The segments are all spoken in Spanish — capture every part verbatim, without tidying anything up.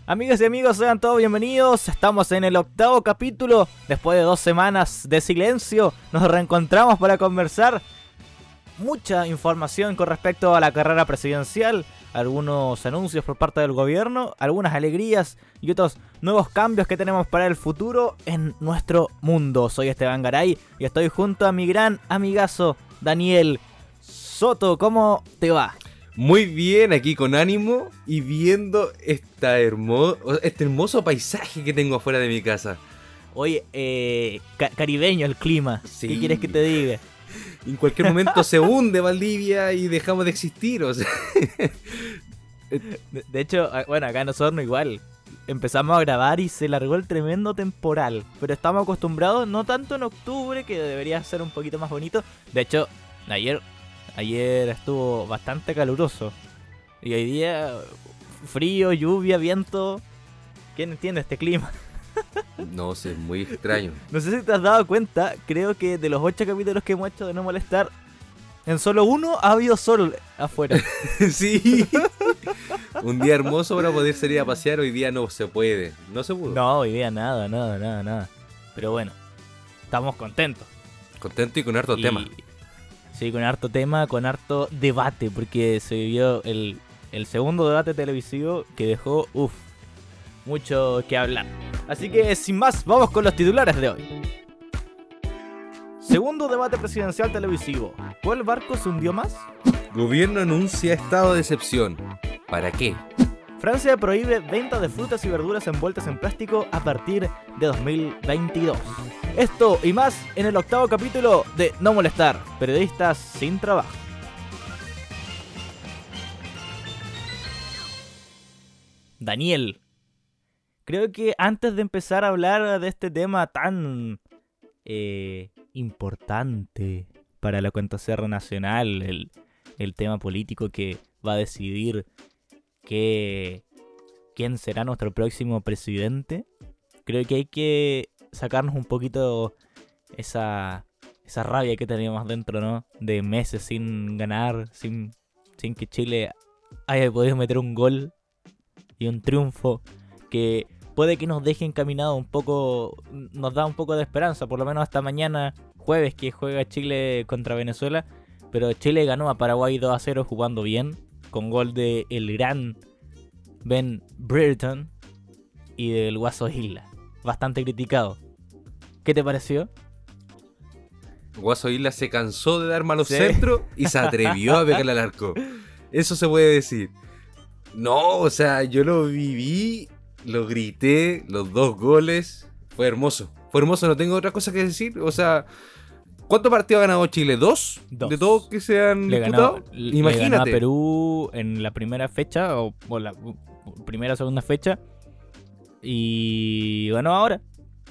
Amigas y amigos, sean todos bienvenidos. Estamos en el octavo capítulo. Después de dos semanas de silencio, nos reencontramos para conversar mucha información con respecto a la carrera presidencial, algunos anuncios por parte del gobierno, algunas alegrías y otros nuevos cambios que tenemos para el futuro en nuestro mundo. Soy Esteban Garay y estoy junto a mi gran amigazo Daniel Soto. ¿Cómo te va? Muy bien, aquí con ánimo y viendo esta hermo- este hermoso paisaje que tengo afuera de mi casa. Oye, eh, ca- caribeño el clima. Sí. ¿Qué quieres que te diga? En cualquier momento se hunde Valdivia y dejamos de existir, o sea. De, de hecho, bueno, acá en Osorno igual. Empezamos a grabar y se largó el tremendo temporal. Pero estamos acostumbrados, no tanto en octubre, que debería ser un poquito más bonito. De hecho, ayer, ayer estuvo bastante caluroso. Y hoy día, frío, lluvia, viento. ¿Quién entiende este clima? No sé, muy extraño. No sé si te has dado cuenta, creo que de los ocho capítulos que hemos hecho de No Molestar, en solo uno ha habido sol afuera. Sí. Un día hermoso para poder salir a pasear, hoy día no se puede. No se pudo. No, hoy día nada, nada, nada, nada. Pero bueno, estamos contentos. Contento y con harto Y- tema. Sí, con harto tema, con harto debate, porque se vivió el, el segundo debate televisivo que dejó, uff, mucho que hablar. Así que, sin más, vamos con los titulares de hoy. Segundo debate presidencial televisivo. ¿Cuál barco se hundió más? Gobierno anuncia estado de excepción. ¿Para qué? Francia prohíbe venta de frutas y verduras envueltas en plástico a partir de dos mil veintidós. Esto y más en el octavo capítulo de No Molestar, periodistas sin trabajo. Daniel, creo que antes de empezar a hablar de este tema tan eh, importante para el acontecer nacional, el, el tema político que va a decidir que quién será nuestro próximo presidente, creo que hay que sacarnos un poquito esa esa rabia que teníamos dentro, ¿no? De meses sin ganar, sin, sin que Chile haya podido meter un gol y un triunfo que puede que nos deje encaminado un poco, nos da un poco de esperanza, por lo menos hasta mañana jueves que juega Chile contra Venezuela, pero Chile ganó a Paraguay dos a cero jugando bien, con gol de el gran Ben Brereton y del Guaso Isla, bastante criticado. ¿Qué te pareció? Guaso Isla se cansó de dar malos Sí. centros y se atrevió a pegarle al arco. Eso se puede decir. No, o sea, yo lo viví, lo grité, los dos goles. Fue hermoso. Fue hermoso, no tengo otra cosa que decir. O sea, ¿cuántos partidos ha ganado Chile? ¿Dos? Dos. ¿De todos que se han Le disputado? ganó, le Imagínate. ganó a Perú en la primera fecha, o, o la u- primera o segunda fecha, y ganó ahora,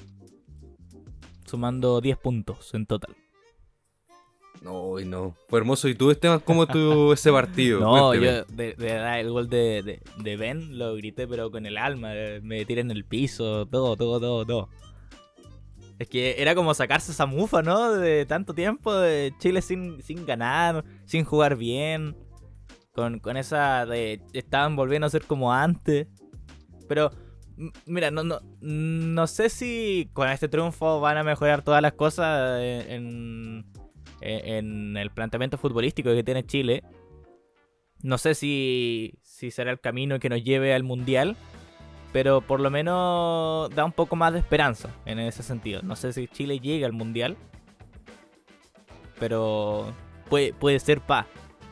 sumando diez puntos en total. No, no. Fue hermoso. ¿Y tú, Esteban, cómo estuvo ese partido? No, Cuénteme. yo de, de verdad el gol de, de, de Ben lo grité pero con el alma, eh, me tiré en el piso, todo, todo, todo, todo. Es que era como sacarse esa mufa, ¿no? De tanto tiempo de Chile sin, sin ganar, sin jugar bien, con, con esa de estaban volviendo a ser como antes. Pero, m- mira, no, no, no sé si con este triunfo van a mejorar todas las cosas en, en, en el planteamiento futbolístico que tiene Chile. No sé si, si será el camino que nos lleve al Mundial, pero por lo menos da un poco más de esperanza en ese sentido. No sé si Chile llega al Mundial, pero puede, puede ser pa.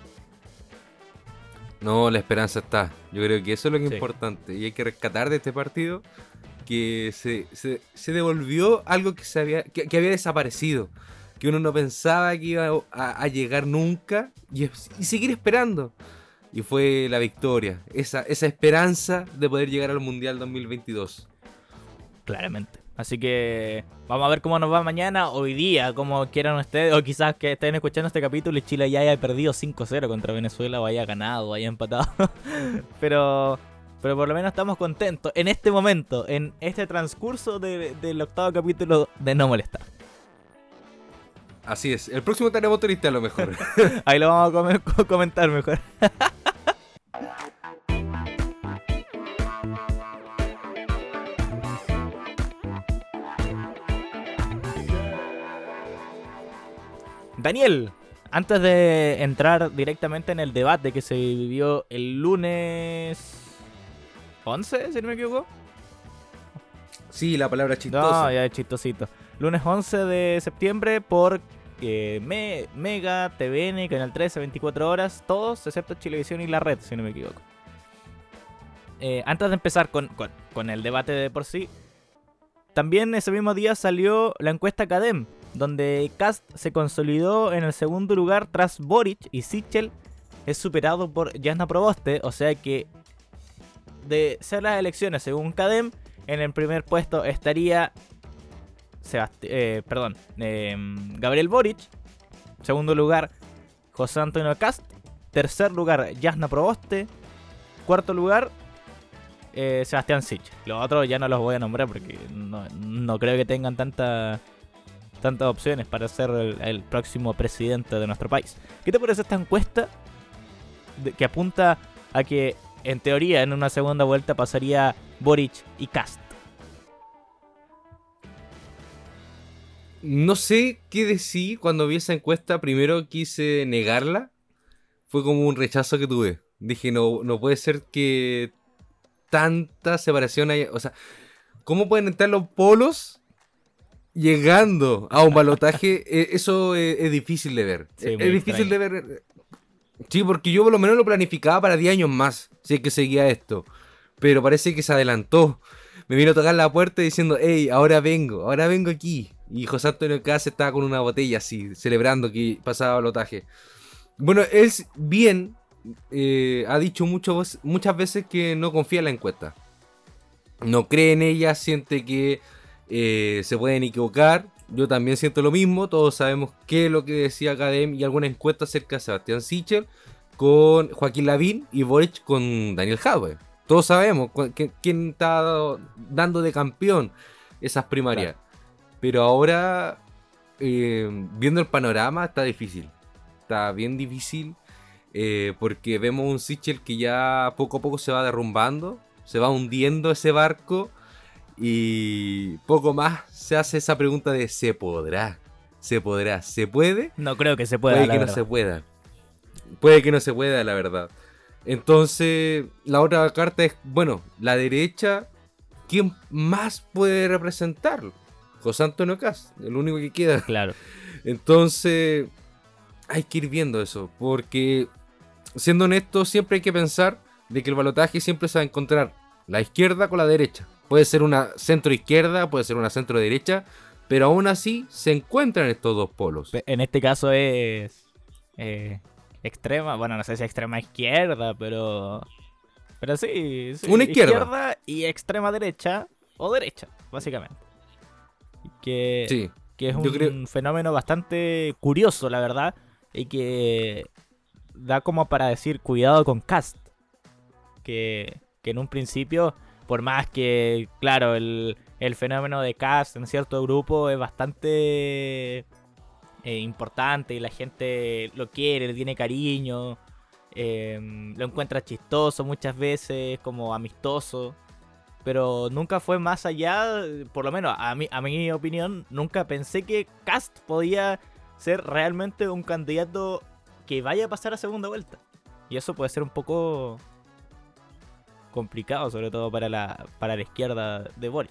No, la esperanza está. Yo creo que eso es lo que es Sí. importante. importante. Y hay que rescatar de este partido que se, se, se devolvió algo que, se había, que, que había desaparecido. Que uno no pensaba que iba a, a llegar nunca y, es- y seguir esperando. Y fue la victoria. Esa, esa esperanza de poder llegar al Mundial dos mil veintidós. Claramente. Así que vamos a ver cómo nos va mañana, hoy día, como quieran ustedes, o quizás que estén escuchando este capítulo y Chile ya haya perdido cinco cero contra Venezuela, o haya ganado, o haya empatado. pero, pero por lo menos estamos contentos en este momento, en este transcurso de- del octavo capítulo de No Molestar. Así es. El próximo tenemos triste a lo mejor. Ahí lo vamos a come- comentar mejor. Daniel, antes de entrar directamente en el debate que se vivió el lunes once, si no me equivoco. Sí, la palabra chistosa. No, ya es chistosito. Lunes once de septiembre por eh, Me- Mega, T V N, Canal trece, veinticuatro horas, todos excepto Chilevisión y La Red, si no me equivoco. Eh, antes de empezar con, con, con el debate de por sí, también ese mismo día salió la encuesta Cadem, donde Kast se consolidó en el segundo lugar tras Boric y Sichel es superado por Jasna Proboste, o sea que de ser las elecciones según Cadem, en el primer puesto estaría Sebast- eh, perdón, eh, Gabriel Boric, segundo lugar José Antonio Kast, tercer lugar Jasna Proboste, cuarto lugar eh, Sebastián Sichel. Los otros ya no los voy a nombrar porque no, no creo que tengan tanta, tantas opciones para ser el, el próximo presidente de nuestro país. ¿Qué te parece esta encuesta de, que apunta a que en teoría en una segunda vuelta pasaría Boric y Kast? No sé qué decir cuando vi esa encuesta. Primero quise negarla. Fue como un rechazo que tuve. Dije, no, no puede ser que tanta separación haya. O sea, ¿cómo pueden entrar los polos llegando a un balotaje? Eh, Eso es, es difícil de ver. Sí, es muy es difícil extraño. de ver. Sí, porque yo por lo menos lo planificaba para diez años más. Si es que seguía esto. Pero parece que se adelantó. Me vino a tocar la puerta diciendo, hey, ahora vengo, ahora vengo aquí. Y José Antonio Caz estaba con una botella así, celebrando que pasaba balotaje. Bueno, él bien eh, ha dicho mucho, muchas veces que no confía en la encuesta. No cree en ella, siente que eh, se pueden equivocar. Yo también siento lo mismo. Todos sabemos qué es lo que decía Cadem y alguna encuesta acerca de Sebastián Sichel con Joaquín Lavín y Boric con Daniel Jadwe. Todos sabemos cu- que- quién está dando de campeón esas primarias. Claro. Pero ahora, eh, viendo el panorama, está difícil. Está bien difícil. eh, porque vemos un Sichel que ya poco a poco se va derrumbando. Se va hundiendo ese barco. Y poco más se hace esa pregunta de ¿se podrá? ¿Se podrá? ¿Se puede? No creo que se pueda, Puede la que no verdad. se pueda. Puede que no se pueda, la verdad. Entonces, la otra carta es, bueno, la derecha, ¿quién más puede representarlo? José Antonio Caz, el único que queda. Claro. Entonces, hay que ir viendo eso, porque, siendo honesto, siempre hay que pensar de que el balotaje siempre se va a encontrar la izquierda con la derecha. Puede ser una centro izquierda, puede ser una centro derecha, pero aún así se encuentran estos dos polos. Pe- En este caso es eh, extrema, bueno, no sé si extrema izquierda, pero pero sí, sí, Una izquierda. y extrema derecha o derecha, básicamente. Y Que, Sí, que es yo un creo- fenómeno bastante curioso, la verdad, y que da como para decir cuidado con Cast, que, que en un principio, por más que, claro, el, el fenómeno de Cast en cierto grupo es bastante eh, importante y la gente lo quiere, le tiene cariño, eh, lo encuentra chistoso muchas veces, como amistoso, pero nunca fue más allá, por lo menos a mi, a mi opinión, nunca pensé que Cast podía ser realmente un candidato que vaya a pasar a segunda vuelta. Y eso puede ser un poco complicado, sobre todo para la, para la izquierda de Boric.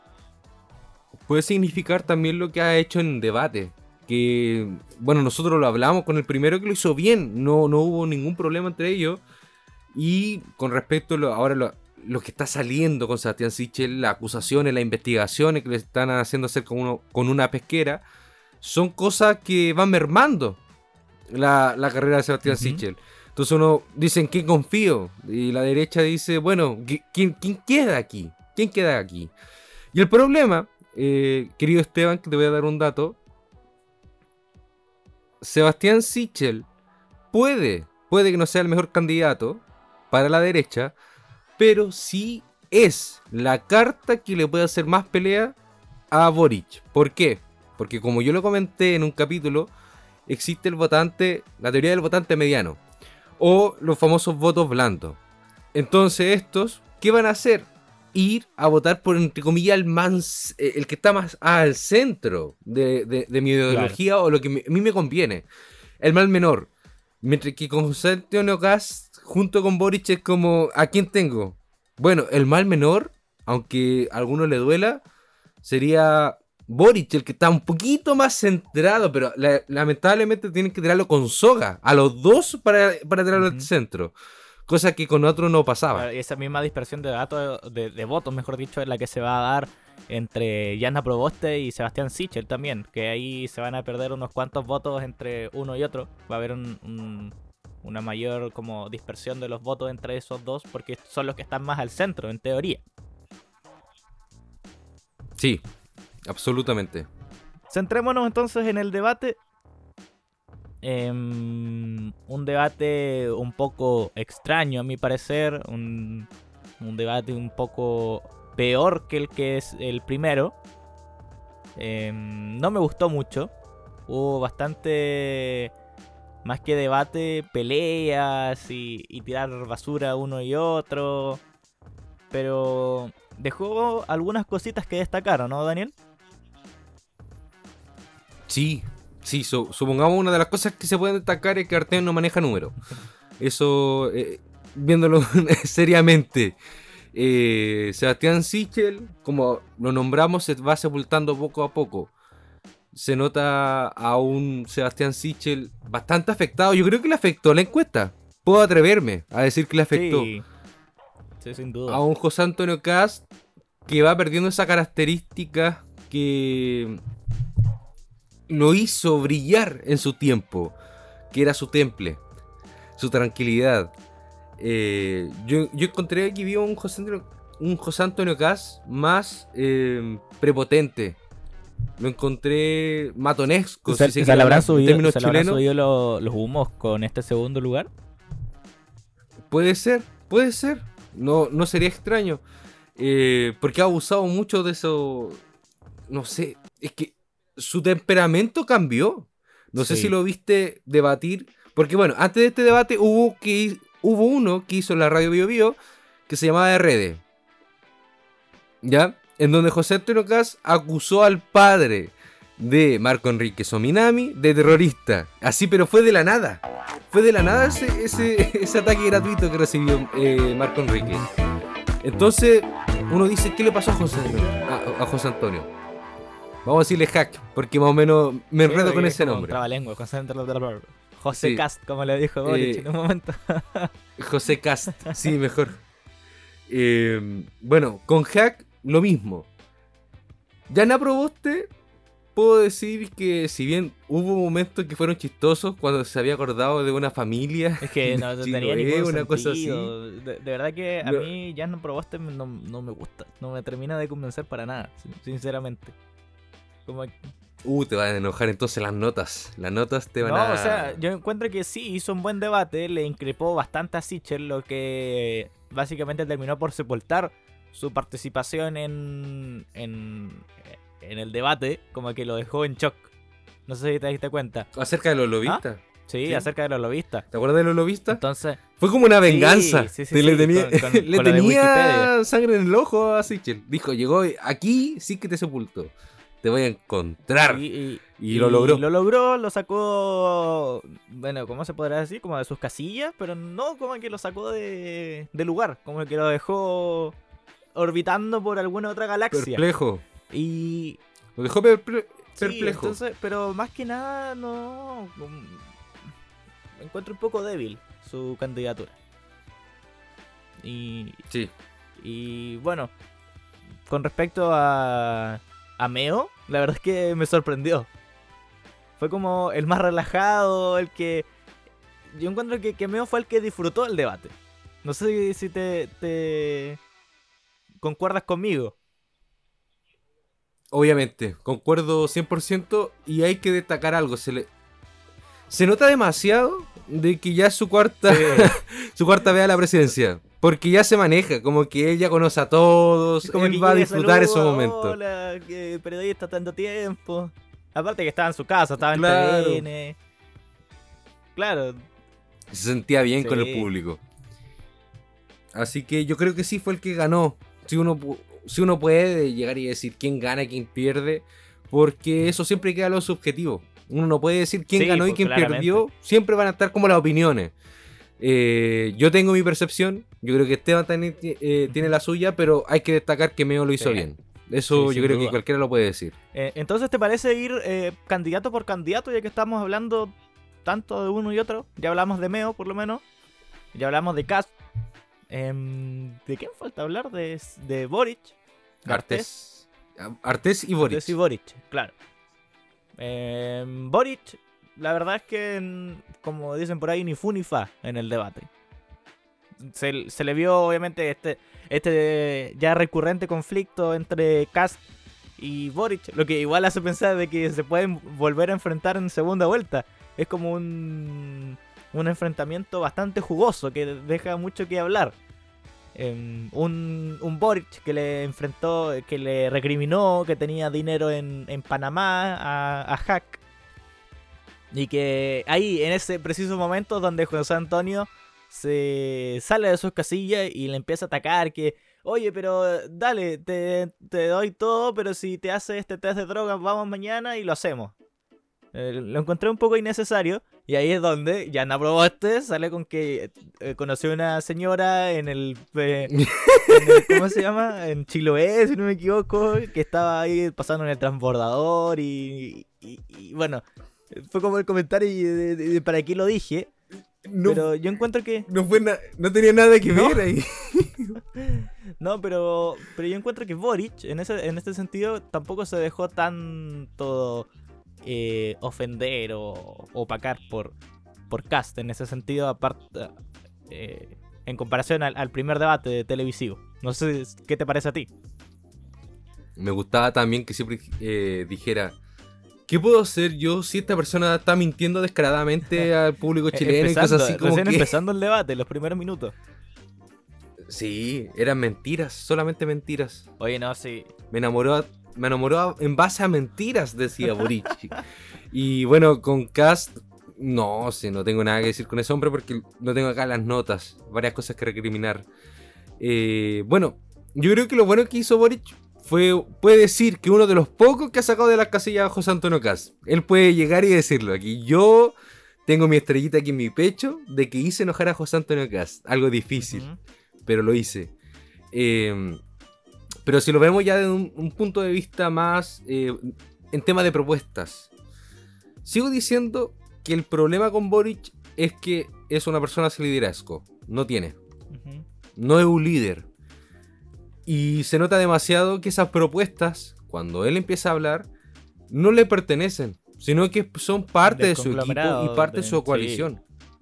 puede significar también lo que ha hecho en debate. Que, bueno, nosotros lo hablamos con el primero que lo hizo bien, no, no hubo ningún problema entre ellos. Y con respecto a lo, ahora lo, lo que está saliendo con Sebastián Sichel, las acusaciones, las investigaciones que le están haciendo hacer con, uno, con una pesquera, son cosas que van mermando la, la carrera de Sebastián Ujú. Sichel. Entonces uno dice, ¿en quién confío? Y la derecha dice, bueno, ¿qui- ¿quién, quién queda aquí? ¿Quién queda aquí? Y el problema, eh, querido Esteban, que te voy a dar un dato. Sebastián Sichel puede, puede que no sea el mejor candidato para la derecha, pero sí es la carta que le puede hacer más pelea a Boric. ¿Por qué? Porque como yo lo comenté en un capítulo, existe el votante, la teoría del votante mediano, o los famosos votos blandos. Entonces estos, ¿qué van a hacer? ir a votar por, entre comillas, el, más, eh, el que está más al centro de, de, de mi ideología, claro, o lo que me, a mí me conviene. El mal menor. Mientras que con José Antonio Cast, junto con Boric, es como, ¿a quién tengo? Bueno, el mal menor, aunque a algunos le duela, sería Boric, el que está un poquito más centrado, pero la, lamentablemente tienen que tirarlo con soga, a los dos para, para tirarlo uh-huh. al centro. Cosa que con otro no pasaba. Esa misma dispersión de datos, de, de votos, mejor dicho, es la que se va a dar entre Jana Proboste y Sebastián Sichel también, que ahí se van a perder unos cuantos votos entre uno y otro. Va a haber un, un, una mayor como dispersión de los votos entre esos dos, porque son los que están más al centro, en teoría. Sí, absolutamente. Centrémonos entonces en el debate. Eh, un debate un poco extraño a mi parecer, un, un debate un poco peor que el que es el primero. Eh, no me gustó mucho, hubo bastante, más que debate, peleas y, y tirar basura uno y otro, pero dejó algunas cositas que destacaron, ¿no, Daniel? Sí. Sí, su, supongamos una de las cosas que se pueden destacar es que Artemio no maneja números. Eso, eh, viéndolo seriamente. Eh, Sebastián Sichel, como lo nombramos, se va sepultando poco a poco. Se nota a un Sebastián Sichel bastante afectado. Yo creo que le afectó la encuesta. Puedo atreverme a decir que le afectó. Sí, sí, sin duda. A un José Antonio Cast que va perdiendo esa característica que lo hizo brillar en su tiempo, que era su temple, su tranquilidad. Eh, yo, yo encontré que vio un José Antonio, un José Antonio Cast más eh, prepotente. Lo encontré matonesco. ¿Se, si se se le habrán subido, se le habrán subido lo, los humos con este segundo lugar? Puede ser, puede ser. No, no sería extraño. Eh, porque ha abusado mucho de eso. No sé, es que su temperamento cambió. No sé sí. si lo viste debatir. Porque bueno, antes de este debate hubo, que, hubo uno que hizo en la radio Bio Bio que se llamaba R D. ¿Ya? En donde José Antonio Cast acusó al padre de Marco Enrique Sominami de terrorista. Así, pero fue de la nada. Fue de la nada ese, ese, ese ataque gratuito que recibió eh, Marco Enrique. Entonces, uno dice, ¿qué le pasó a José, a, a José Antonio? Vamos a decirle hack, porque más o menos me enredo sí, con ese nombre. Trabalengua, José sí. Cast, como le dijo Boric eh, en un momento. José Cast, sí, mejor. Eh, bueno, con hack, lo mismo. Jana Proboste, puedo decir que si bien hubo momentos que fueron chistosos cuando se había acordado de una familia. Es que no, no tenía ningún una sentido. Cosa así. De, de verdad que a no. mí Jana Proboste no, no me gusta. No me termina de convencer para nada, sinceramente. Como... Uh, te van a enojar entonces las notas. Las notas te van no, a... No, o sea, yo encuentro que sí, hizo un buen debate. Le increpó bastante a Sichel, lo que básicamente terminó por sepultar su participación en, en, en el debate. Como que lo dejó en shock. No sé si te diste cuenta. ¿Acerca de los lobistas? ¿Ah? Sí, sí, acerca de los lobistas. ¿Te acuerdas de los lobistas? Entonces... Fue como una venganza. Sí, sí, sí, le sí, tenía, con, con, le con tenía sangre en el ojo a Sichel. Dijo, llegó aquí, sí que te sepultó. Te voy a encontrar. Y, y, y lo logró. Y lo logró, lo sacó, bueno, ¿cómo se podrá decir? Como de sus casillas, pero no como que lo sacó de, de lugar, como que lo dejó orbitando por alguna otra galaxia. Perplejo. Y... Lo dejó perple perplejo. Sí, entonces, pero más que nada, no... Encuentro un poco débil su candidatura. Y... Sí. Y bueno, con respecto a... A Meo, la verdad es que me sorprendió. Fue como el más relajado, el que... Yo encuentro que, que Meo fue el que disfrutó el debate. No sé si te, te... concuerdas conmigo. Obviamente, concuerdo cien por ciento y hay que destacar algo. Se le... Se nota demasiado de que ya es su cuarta, sí. su cuarta vez a la presidencia. Porque ya se maneja, como que él ya conoce a todos, como él va a disfrutar saludo, esos momentos. Hola, que periodista tanto tiempo. Aparte que estaba en su casa, estaba claro. en T V N. Claro. Se sentía bien sí. con el público. Así que yo creo que sí fue el que ganó. Si uno, pu- si uno puede llegar y decir quién gana y quién pierde, porque eso siempre queda lo subjetivo. Uno no puede decir quién Sí, ganó y pues, quién claramente. perdió, siempre van a estar como las opiniones. Eh, yo tengo mi percepción, yo creo que Esteban también ti- eh, tiene la suya, pero hay que destacar que Meo lo hizo Sí. bien. Eso Sí, yo sin creo duda. que cualquiera lo puede decir. Eh, entonces, ¿te parece ir eh, candidato por candidato, ya que estamos hablando tanto de uno y otro? Ya hablamos de Meo, por lo menos. Ya hablamos de Kast. Em, ¿De quién falta hablar? De, de Boric. De Artés. Artés y Boric. Artés y Boric, claro. Em, Boric, la verdad es que, en- como dicen por ahí, ni fu ni fa en el debate. Se, se le vio, obviamente, este, este ya recurrente conflicto entre Kast y Boric, lo que igual hace pensar de que se pueden volver a enfrentar en segunda vuelta. Es como un, un enfrentamiento bastante jugoso que deja mucho que hablar. Eh, un, un Boric que le enfrentó, que le recriminó que tenía dinero en, en Panamá a, a Hack. Y que ahí, en ese preciso momento donde José Antonio se sale de sus casillas y le empieza a atacar, que oye, pero dale, te, te doy todo, pero si te haces este test de drogas, vamos mañana y lo hacemos. Eh, lo encontré un poco innecesario. Y ahí es donde Yana Proboste sale con que eh, conoció a una señora en el, eh, en el- ¿cómo se llama? En Chiloé, si no me equivoco, que estaba ahí pasando en el transbordador y, y, y bueno, fue como el comentario y de, de- de para qué lo dije. No, Pero yo encuentro que... no, fue na- no tenía nada que ¿No? ver ahí. No, pero, pero yo encuentro que Boric, en ese, en este sentido, tampoco se dejó tanto eh, ofender o opacar por, por Kast. En ese sentido, aparte, eh, en comparación al, al primer debate televisivo. No sé qué te parece a ti. Me gustaba también que siempre eh, dijera, ¿qué puedo hacer yo si esta persona está mintiendo descaradamente al público chileno y cosas así como recién que... empezando el debate, los primeros minutos. Sí, eran mentiras, solamente mentiras. Oye, no, sí. Me enamoró, me enamoró en base a mentiras, decía Boric. Y bueno, con Cast, no sé, no tengo nada que decir con ese hombre porque no tengo acá las notas, varias cosas que recriminar. Eh, bueno, yo creo que lo bueno que hizo Boric fue, puede decir que uno de los pocos que ha sacado de las casillas a José Antonio Cast. Él puede llegar y decirlo aquí. Yo tengo mi estrellita aquí en mi pecho de que hice enojar a José Antonio Cast. Algo difícil, Uh-huh. pero lo hice. Eh, pero si lo vemos ya desde un, un punto de vista más eh, en tema de propuestas, sigo diciendo que el problema con Boric es que es una persona sin liderazgo. No tiene. Uh-huh. No es un líder. Y se nota demasiado que esas propuestas, cuando él empieza a hablar, no le pertenecen, sino que son parte Del de su equipo conglomerado, y parte de de- su sí. coalición.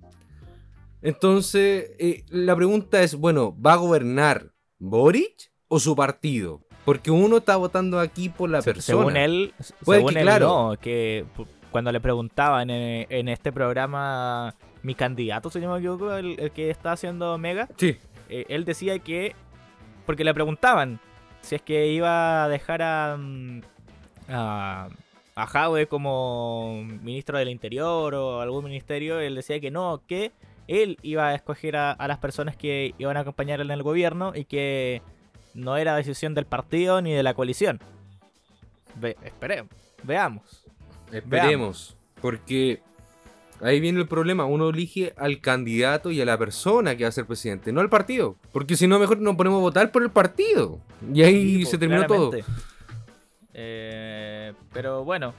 Entonces, eh, la pregunta es, bueno, ¿va a gobernar Boric o su partido? Porque uno está votando aquí por la Se- persona. Según él, Puede según que, él claro. no, que pu- cuando le preguntaban en, en este programa, mi candidato, si no me equivoco, el, el que está haciendo Mega, Sí. eh, él decía que, porque le preguntaban si es que iba a dejar a, mm, a, a Jadwe como ministro del Interior o algún ministerio, él decía que no, que él iba a escoger a, a las personas que iban a acompañar en el gobierno y que no era decisión del partido ni de la coalición. Ve, esperemos, veamos. Esperemos. Porque ahí viene el problema. Uno elige al candidato y a la persona que va a ser presidente, no al partido. Porque si no, mejor nos ponemos a votar por el partido. Y ahí Sí, se pues, terminó claramente. Eh, pero bueno.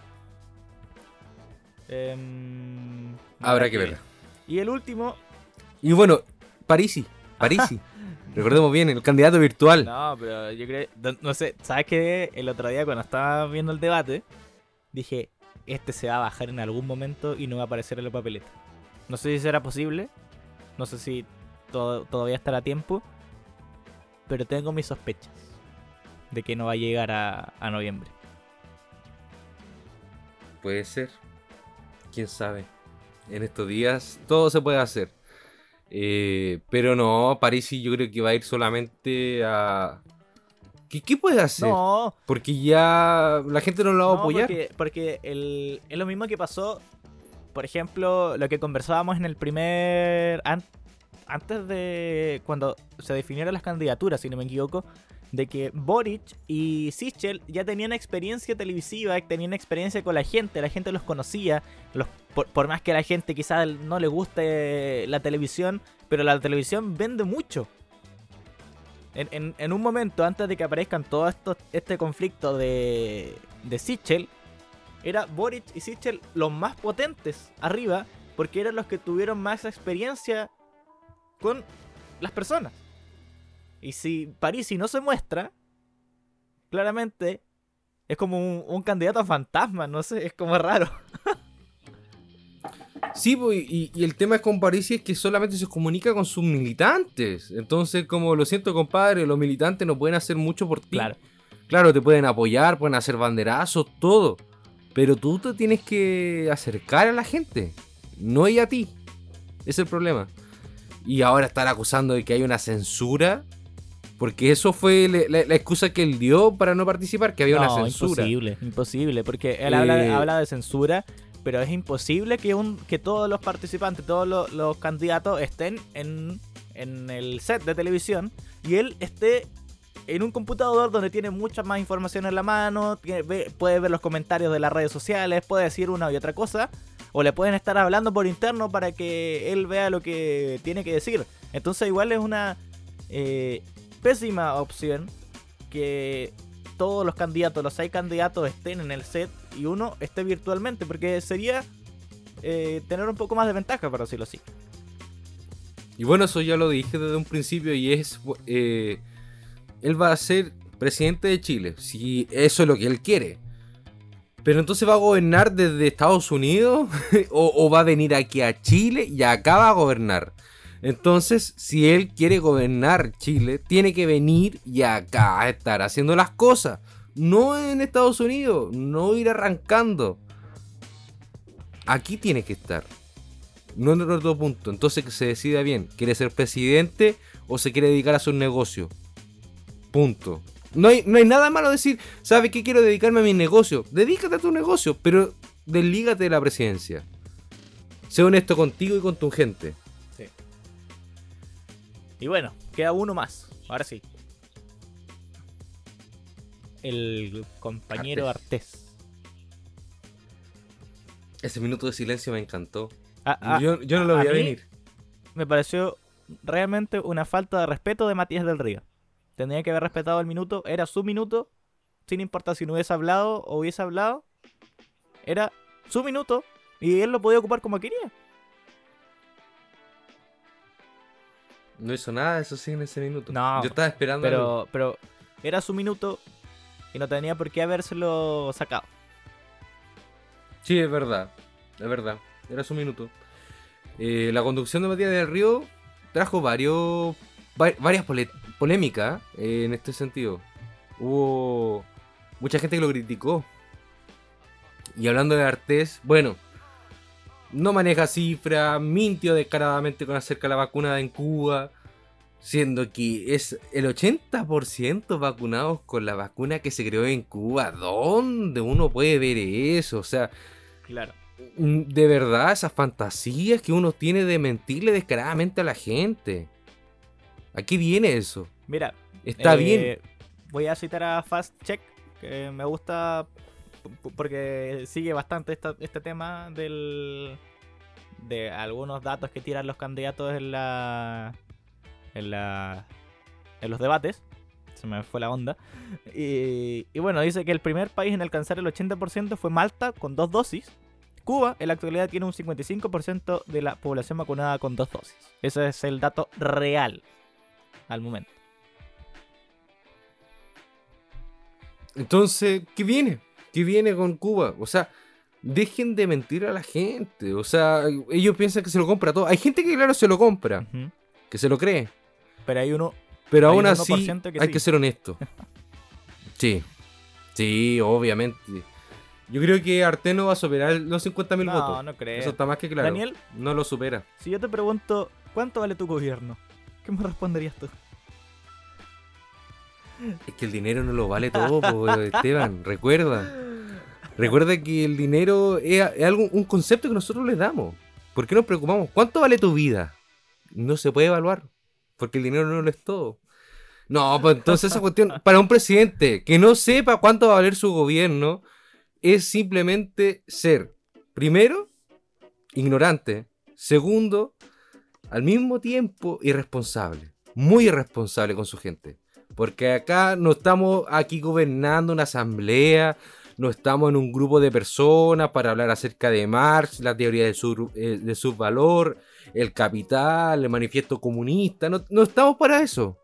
Em, todo. Habrá que ver. Y el último. Y bueno, Parisi. Parisi. Recordemos bien, el candidato virtual. No, pero yo creo. No, no sé, ¿sabes qué? El otro día cuando estaba viendo el debate, dije: este se va a bajar en algún momento y no va a aparecer en la papeleta. No sé si será posible. No sé si to- todavía estará a tiempo. Pero tengo mis sospechas de que no va a llegar a, a noviembre. Puede ser. Quién sabe. En estos días todo se puede hacer. Eh, pero no, Parisi yo creo que va a ir solamente a... ¿Qué, qué puede hacer? No, Porque ya la gente no lo va a no, apoyar. porque, porque el, es lo mismo que pasó, por ejemplo, lo que conversábamos en el primer... an- antes de cuando se definieron las candidaturas, si no me equivoco, de que Boric y Sichel ya tenían experiencia televisiva, tenían experiencia con la gente, la gente los conocía, los, por, por más que a la gente quizás no le guste la televisión, pero la televisión vende mucho. En, en, en un momento, antes de que aparezcan todo esto, este conflicto de, de Sichel, era Boric y Sichel los más potentes arriba, porque eran los que tuvieron más experiencia con las personas. Y si Parisi no se muestra, claramente es como un, un candidato a fantasma, no sé, es como raro. Sí, pues, y, y el tema con Parisi es que solamente se comunica con sus militantes. Entonces, como lo siento, compadre, los militantes no pueden hacer mucho por ti. Claro. Claro, te pueden apoyar, pueden hacer banderazos, todo. Pero tú te tienes que acercar a la gente, no ella a ti. Ese es el problema. Y ahora estar acusando de que hay una censura, porque eso fue la, la, la excusa que él dio para no participar, que había no, una censura. Imposible, imposible, porque él Eh... habla, habla de censura, pero es imposible que un que todos los participantes, todos los, los candidatos estén en, en el set de televisión y él esté en un computador donde tiene mucha más información en la mano, tiene, ve, puede ver los comentarios de las redes sociales, puede decir una y otra cosa, o le pueden estar hablando por interno para que él vea lo que tiene que decir. Entonces igual es una eh, pésima opción que todos los candidatos, los seis candidatos estén en el set y uno esté virtualmente, porque sería eh, tener un poco más de ventaja, por decirlo así. Y bueno, eso ya lo dije desde un principio y es... Eh, él va a ser presidente de Chile, si eso es lo que él quiere. Pero entonces va a gobernar desde Estados Unidos o, o va a venir aquí a Chile y acá va a gobernar. Entonces, si él quiere gobernar Chile, tiene que venir y acá a estar haciendo las cosas. No en Estados Unidos, no ir arrancando. Aquí tiene que estar. No en otro punto. Entonces que se decida bien. ¿Quiere ser presidente o se quiere dedicar a su negocio? Punto. No hay, no hay nada malo decir, ¿sabes qué? Quiero dedicarme a mi negocio. Dedícate a tu negocio, pero deslígate de la presidencia. Sé honesto contigo y con tu gente. Sí. Y bueno, queda uno más. Ahora sí. El compañero Artés. Artés. Ese minuto de silencio me encantó. Ah, ah, yo, yo no lo veía venir. Me pareció realmente una falta de respeto de Matías del Río. Tendría que haber respetado el minuto. Era su minuto. Sin importar si no hubiese hablado o hubiese hablado. Era su minuto. Y él lo podía ocupar como quería. No hizo nada, eso sí, en ese minuto. No. Yo estaba esperando. Pero, algo. pero era su minuto. Y no tenía por qué habérselo sacado. Sí, es verdad. Es verdad. Era su minuto. Eh, la conducción de Matías del Río trajo varios... varias pole- polémicas eh, en este sentido. Hubo mucha gente que lo criticó. Y hablando de Artés, bueno, no maneja cifras, mintió descaradamente con acerca de la vacuna en Cuba, siendo que es el ochenta por ciento vacunados con la vacuna que se creó en Cuba. ¿Dónde uno puede ver eso? O sea, claro. De verdad, esas fantasías que uno tiene de mentirle descaradamente a la gente. ¿A qué viene eso? Mira, está eh, bien. Voy a citar a Fast Check, que me gusta porque sigue bastante esta, este tema del de algunos datos que tiran los candidatos en la en la en los debates. Se me fue la onda. Y, y bueno, dice que el primer país en alcanzar el ochenta por ciento fue Malta con dos dosis. Cuba en la actualidad tiene un cincuenta y cinco por ciento de la población vacunada con dos dosis. Ese es el dato real al momento. Entonces, ¿qué viene? ¿Qué viene con Cuba? O sea, dejen de mentir a la gente. O sea, ellos piensan que se lo compra todo. Hay gente que, claro, se lo compra, uh-huh. que se lo cree. Pero hay uno. Pero hay aún así, que hay sí. que ser honesto. Sí, sí, obviamente. Yo creo que Artés no va a superar los cincuenta mil no, votos. No, no creo. Eso está más que claro. Daniel, no lo supera. Si yo te pregunto, ¿cuánto vale tu gobierno? ¿Qué me responderías tú? Es que el dinero no lo vale todo, po, Esteban. Recuerda. Recuerda que el dinero es, es algo, un concepto que nosotros les damos. ¿Por qué nos preocupamos? ¿Cuánto vale tu vida? no se puede evaluar, porque el dinero no lo es todo. No, pues entonces esa cuestión, para un presidente que no sepa cuánto va a valer su gobierno, es simplemente ser, primero, ignorante, segundo, al mismo tiempo, irresponsable, muy irresponsable con su gente. Porque acá no estamos aquí gobernando una asamblea, no estamos en un grupo de personas para hablar acerca de Marx, la teoría de su, eh, de su valor, el capital, el manifiesto comunista, no, no estamos para eso.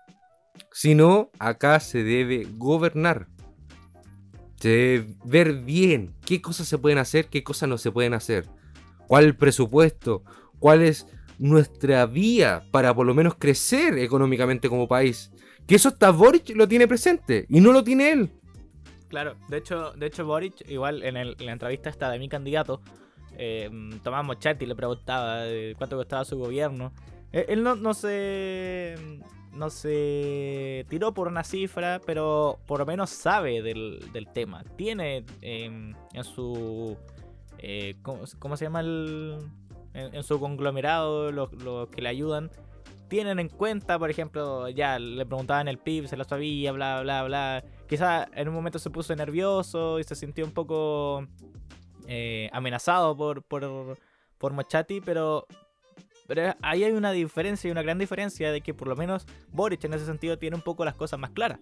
Sino acá se debe gobernar. Se debe ver bien qué cosas se pueden hacer, qué cosas no se pueden hacer. ¿Cuál es el presupuesto? ¿Cuál es nuestra vía para por lo menos crecer económicamente como país? Que eso hasta Boric lo tiene presente y no lo tiene él. Claro, de hecho, de hecho Boric, igual en, el, en la entrevista esta de mi candidato, eh, Tomás Mochati le preguntaba de cuánto costaba su gobierno. Eh, él no, no se no se tiró por una cifra, pero por lo menos sabe del, del tema. Tiene eh, en su... Eh, ¿cómo, ¿Cómo se llama el...? En, en su conglomerado, los, los que le ayudan, tienen en cuenta, por ejemplo, ya le preguntaban el P I B, se lo sabía, bla, bla, bla. Quizá en un momento se puso nervioso y se sintió un poco eh, amenazado por, por, por Mochati, pero, pero ahí hay una diferencia, y una gran diferencia, de que por lo menos Boric en ese sentido tiene un poco las cosas más claras.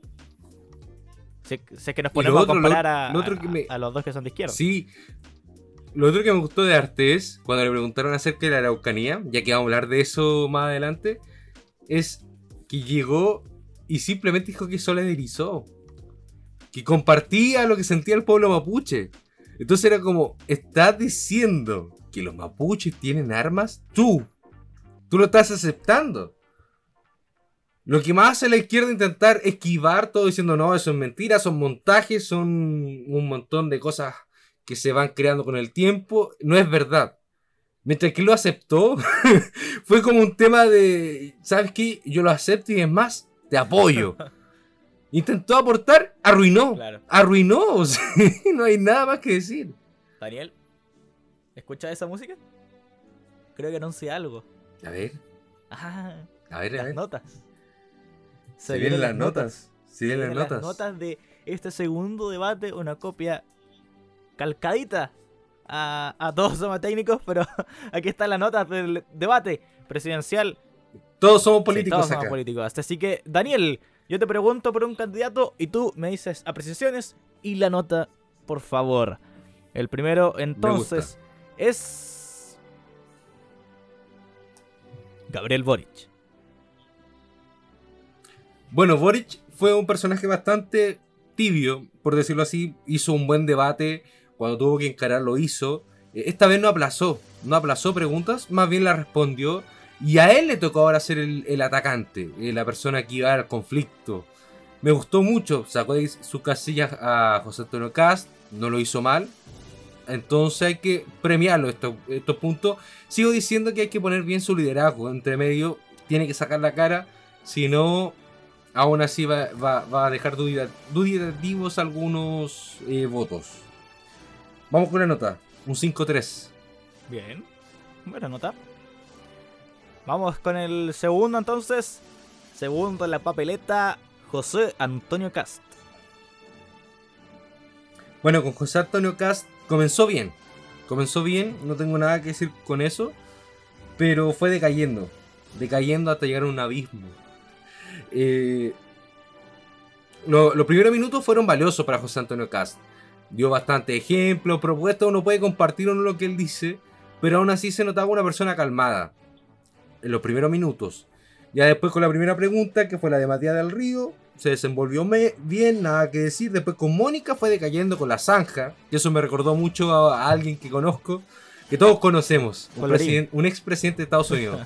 Sé, sé que nos ponemos otro, a comparar lo, a, lo otro que me... a, a los dos que son de izquierda. Sí. Lo otro que me gustó de Artés, cuando le preguntaron acerca de la Araucanía, ya que vamos a hablar de eso más adelante, es que llegó y simplemente dijo que solidarizó, que compartía lo que sentía el pueblo mapuche. Entonces era como, ¿estás diciendo que los mapuches tienen armas? Tú, tú lo estás aceptando. Lo que más hace la izquierda es intentar esquivar todo diciendo, no, eso es mentira, son montajes, son un montón de cosas que se van creando con el tiempo, no es verdad. Mientras que lo aceptó, fue como un tema de, ¿sabes qué? Yo lo acepto y es más, te apoyo. Intentó aportar, arruinó. Claro. Arruinó, o sea, no hay nada más que decir. Daniel, ¿escuchas esa música? Creo que anuncia algo. A ver. Ah, a ver, a las ver. notas. Se, Se vienen las notas. notas. Se vienen las notas. Las notas de este segundo debate, una copia calcadita a, a todos somos técnicos, pero aquí están las notas del debate presidencial. Todos somos políticos, sí, todos acá. Somos políticos. Así que, Daniel, yo te pregunto por un candidato y tú me dices apreciaciones y la nota, por favor. El primero, entonces, es Gabriel Boric. Bueno, Boric fue un personaje bastante tibio, por decirlo así. Hizo un buen debate. Cuando tuvo que encarar lo hizo. Esta vez no aplazó, no aplazó preguntas, más bien las respondió. Y a él le tocó ahora ser el, el atacante, la persona que iba al conflicto. Me gustó mucho, sacó de sus casillas a José Antonio Kast, no lo hizo mal. Entonces hay que premiarlo estos, estos puntos. Sigo diciendo que hay que poner bien su liderazgo entre medio, tiene que sacar la cara, si no, aún así va, va, va a dejar duditativos algunos eh, votos. Vamos con la nota, un cinco tres. Bien, buena nota. Vamos con el segundo entonces. Segundo en la papeleta, José Antonio Kast. Bueno, con José Antonio Kast comenzó bien. Comenzó bien, no tengo nada que decir con eso. Pero fue decayendo. Decayendo hasta llegar a un abismo. Eh, lo, los primeros minutos fueron valiosos para José Antonio Kast. Dio bastante ejemplo, propuesta, uno puede compartir o no lo que él dice, pero aún así se notaba una persona calmada en los primeros minutos. Ya después con la primera pregunta, que fue la de Matías del Río, se desenvolvió bien, nada que decir. Después con Mónica fue decayendo con la zanja, y eso me recordó mucho a, a alguien que conozco, que todos conocemos, un, un expresidente de Estados Unidos.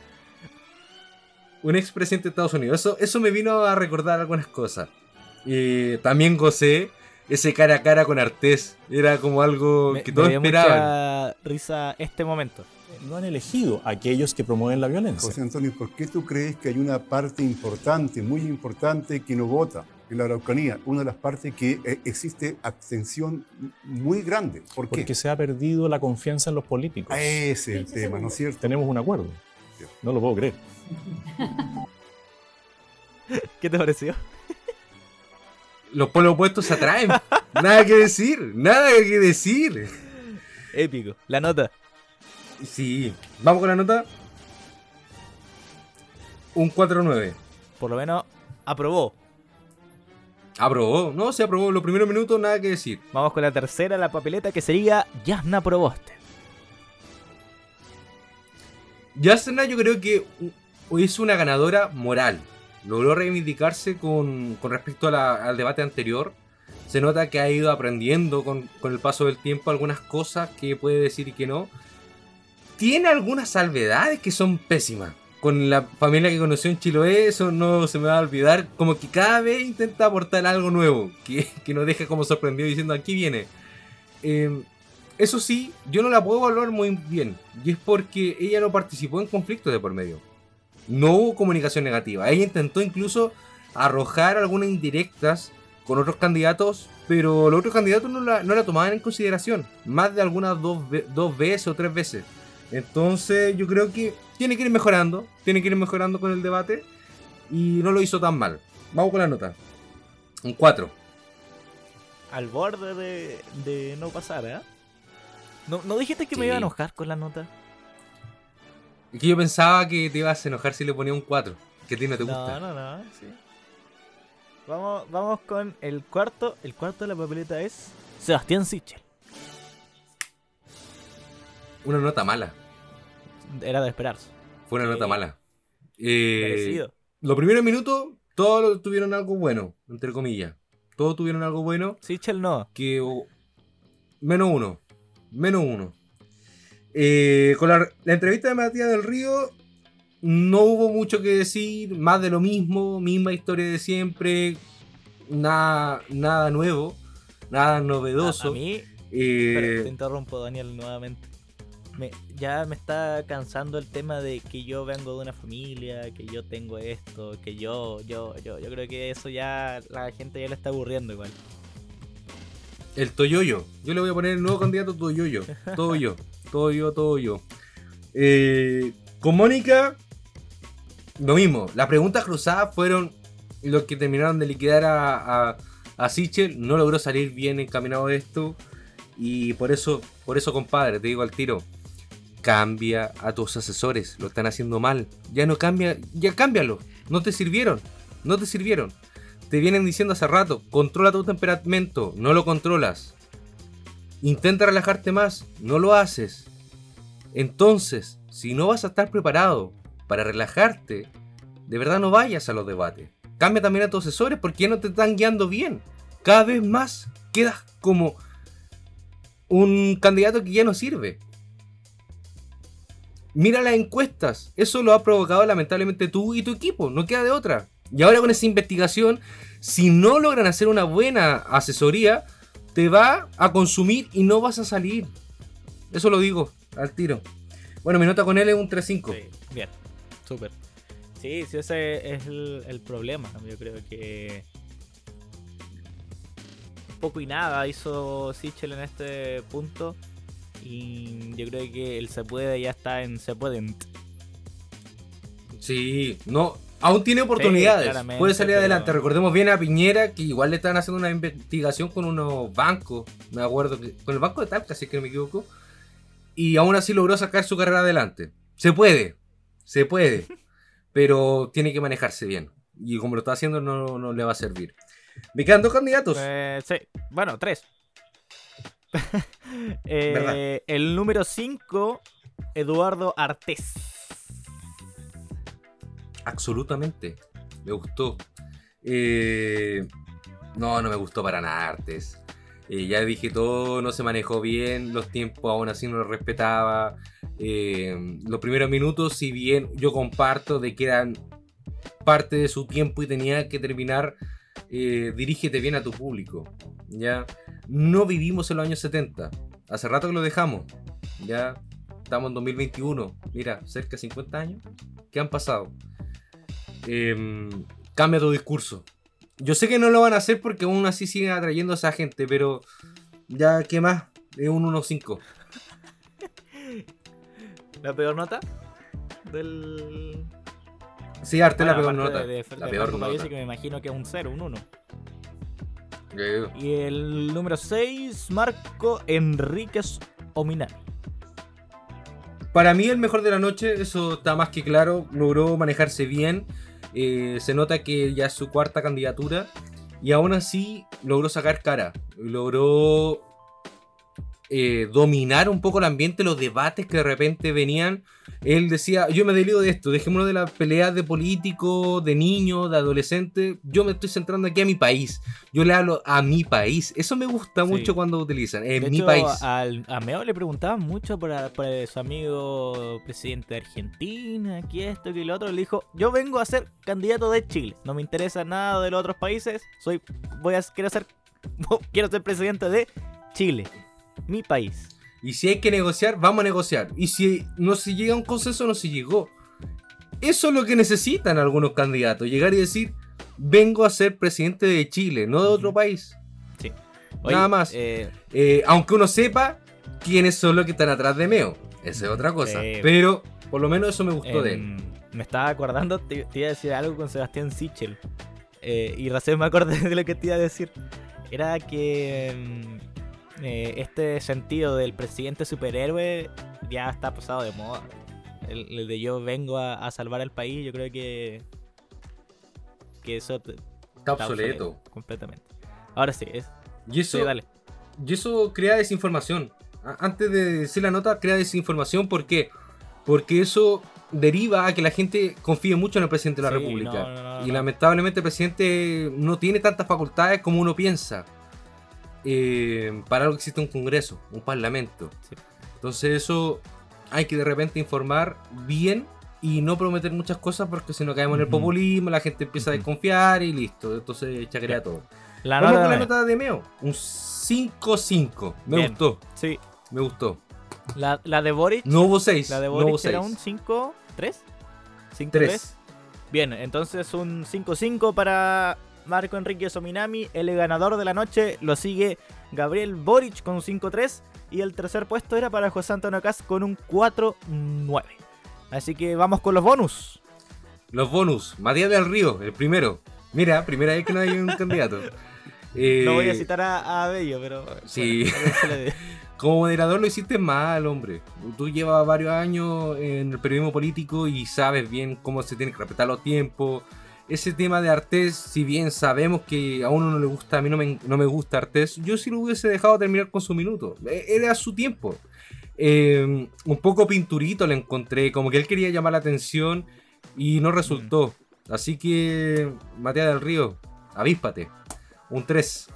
Un expresidente de Estados Unidos. Eso, eso me vino a recordar algunas cosas. Y también gocé ese cara a cara con Artés. Era como algo me, que todos me dio esperaban. Mucha risa este momento. No han elegido a aquellos que promueven la violencia. José Antonio, ¿por qué tú crees que hay una parte importante, muy importante, que no vota en la Araucanía? Una de las partes que eh, existe abstención muy grande. ¿Por qué? Porque se ha perdido la confianza en los políticos. Ese es el tema, ¿no es cierto? Tenemos un acuerdo. No lo puedo creer. ¿Qué te pareció? Los polos opuestos se atraen. Nada que decir, nada que decir. Épico. La nota. Sí, vamos con la nota. Un cuatro nueve. Por lo menos aprobó. Aprobó, no, se aprobó. Los primeros minutos, nada que decir. Vamos con la tercera, la papeleta, que sería Jasna Proboste. Jasna yo creo que es una ganadora moral. Logró reivindicarse con, con respecto a la, al debate anterior. Se nota que ha ido aprendiendo con, con el paso del tiempo algunas cosas que puede decir y que no. Tiene algunas salvedades que son pésimas. Con la familia que conoció en Chiloé, eso no se me va a olvidar. Como que cada vez intenta aportar algo nuevo, que, que nos deja como sorprendido diciendo aquí viene. Eh, eso sí, yo no la puedo evaluar muy bien. Y es porque ella no participó en conflictos de por medio. No hubo comunicación negativa. Ella intentó incluso arrojar algunas indirectas con otros candidatos, pero los otros candidatos no la, no la tomaban en consideración. Más de algunas dos, dos veces o tres veces. Entonces yo creo que tiene que ir mejorando. Tiene que ir mejorando con el debate. Y no lo hizo tan mal. Vamos con la nota. Un cuatro. Al borde de, de no pasar, ¿eh? ¿No, ¿No dijiste que Sí. me iba a enojar con la nota? Es que yo pensaba que te ibas a enojar si le ponía un cuatro. Que a ti no te gusta. No, no, no, sí. Vamos, vamos con el cuarto. El cuarto de la papeleta es Sebastián Sichel. Una nota mala. Era de esperarse. Fue una Sí. nota mala. Eh, Merecido. los primeros minutos, todos tuvieron algo bueno, entre comillas. Todos tuvieron algo bueno. Sichel no. Que oh, menos uno. Menos uno. Eh, con la, la entrevista de Matías del Río, no hubo mucho que decir. Más de lo mismo. Misma historia de siempre. Nada, nada nuevo. Nada novedoso. A, a mí, Eh, espera, te interrumpo, Daniel, nuevamente. Me, ya me está cansando el tema de que yo vengo de una familia, que yo tengo esto, que yo, yo, yo, yo creo que eso ya la gente ya le está aburriendo igual. El Toyoyo. Yo le voy a poner el nuevo candidato Toyoyo. Todo yo. Todo yo, todo yo. Eh, con Mónica, lo mismo. Las preguntas cruzadas fueron los que terminaron de liquidar a, a, a Sichel. No logró salir bien encaminado de esto. Y por eso, por eso, compadre, te digo al tiro. Cambia a tus asesores. Lo están haciendo mal. Ya no cambia. Ya cámbialo. No te sirvieron. No te sirvieron. Te vienen diciendo hace rato, controla tu temperamento, no lo controlas. Intenta relajarte más, no lo haces. Entonces, si no vas a estar preparado para relajarte, de verdad no vayas a los debates. Cambia también a tus asesores porque ya no te están guiando bien. Cada vez más quedas como un candidato que ya no sirve. Mira las encuestas, eso lo ha provocado lamentablemente tú y tu equipo, no queda de otra. Y ahora con esa investigación, si no logran hacer una buena asesoría, te va a consumir y no vas a salir. Eso lo digo al tiro. Bueno, mi nota con él es un tres cinco. Sí, bien, súper. Sí, sí, ese es el, el problema. Yo creo que poco y nada hizo Sichel en este punto. Y yo creo que el se puede ya está en se pueden. Sí, no, aún tiene oportunidades. Sí, claramente, puede salir pero- adelante. Recordemos bien a Piñera, que igual le están haciendo una investigación con unos bancos. Me acuerdo que con el banco de Talca, si es que no me equivoco. Y aún así logró sacar su carrera adelante. Se puede, se puede. Pero tiene que manejarse bien. Y como lo está haciendo, no, no le va a servir. Me quedan dos candidatos. Eh, sí, bueno, tres. Eh, ¿Verdad? el número cinco, Eduardo Artés. Absolutamente. Me gustó. Eh, no, no me gustó para nada Artes. Eh, ya dije todo, no se manejó bien. Los tiempos aún así no los respetaba. Eh, los primeros minutos, si bien yo comparto de que eran parte de su tiempo y tenía que terminar, eh, dirígete bien a tu público. Ya no vivimos en los años setenta. Hace rato que lo dejamos. Ya estamos en dos mil veintiuno. Mira, cerca de cincuenta años. ¿Qué han pasado? Eh, cambia tu discurso. Yo sé que no lo van a hacer porque aún así siguen atrayendo a esa gente, pero ya, ¿qué más? Es un uno cinco. ¿La peor nota? del... Sí, Arte Bueno, la peor aparte nota. de, de, la de peor Franco Parisi, nota. que me imagino que es un cero, un uno. Eh, Y el número seis, Marco Enríquez Ominami. Para mí el mejor de la noche, eso está más que claro, logró manejarse bien, eh, se nota que ya es su cuarta candidatura y aún así logró sacar cara, logró eh, dominar un poco el ambiente, los debates que de repente venían. Él decía, yo me delío de esto, dejémonos de las peleas de políticos, de niños, de adolescentes, yo me estoy centrando aquí a mi país, yo le hablo a mi país, eso me gusta Sí. mucho cuando utilizan, en De mi hecho, país. al, a Meo le preguntaban mucho por, a- por su amigo presidente de Argentina, que esto, que lo otro. Le dijo, yo vengo a ser candidato de Chile. No me interesa nada de los otros países. Soy, voy a, quiero ser, quiero ser presidente de Chile, mi país. Y si hay que negociar, vamos a negociar. Y si no se llega a un consenso, no se llegó. Eso es lo que necesitan algunos candidatos. Llegar y decir, vengo a ser presidente de Chile, no de otro Ujú. país. Sí. Nada más. eh, Eh, aunque uno sepa quiénes son los que están atrás de Meo. Esa es otra cosa. Sí. Pero por lo menos eso me gustó de él. em, me estaba acordando, te, te iba a decir algo con Sebastián Sichel. Eh, y recién me acordé de lo que te iba a decir. Era que em, eh, este sentido del presidente superhéroe ya está pasado de moda. El, el de yo vengo a, a salvar al país, yo creo que que eso te- Está obsoleto. completamente. Ahora sí, es, Y eso, sí, dale. y eso crea desinformación. A- Antes de decir la nota, crea desinformación. ¿Por qué? Porque eso deriva a que la gente confíe mucho en el presidente de la Sí, República. no, no, no, y no. lamentablemente el presidente no tiene tantas facultades como uno piensa. Eh, para algo existe un congreso, un parlamento. Sí. Entonces eso hay que de repente informar bien y no prometer muchas cosas porque si no caemos en el Ujú. populismo, la gente empieza a Ujú. desconfiar y listo. Entonces chacrea todo. La Vamos nota con la de- nota de Meo. Un cinco cinco. Me Bien. gustó, Sí, me gustó. la, la de Boric. No hubo seis. La de no Boric hubo seis. era un cinco tres. cinco tres. tres. Bien, entonces un cinco cinco para Marco Enríquez Ominami. El ganador de la noche lo sigue Gabriel Boric con un cinco tres. Y el tercer puesto era para José Antonio Caz con un cuatro nueve. Así que vamos con los bonus. Los bonus. Matías del Río, el primero. Mira, primera vez que no hay un candidato. Eh, No voy a citar a, a Bello, pero. sí. bueno, también se le dé. Como moderador lo hiciste mal, hombre. Tú llevas varios años en el periodismo político y sabes bien cómo se tienen que respetar los tiempos. Ese tema de Artés, si bien sabemos que a uno no le gusta, a mí no me, no me gusta Artés, yo sí lo hubiese dejado terminar con su minuto. E- Era su tiempo. Eh, un poco pinturito le encontré, como que él quería llamar la atención y no resultó. Así que, Matías del Río, avíspate. Un tres.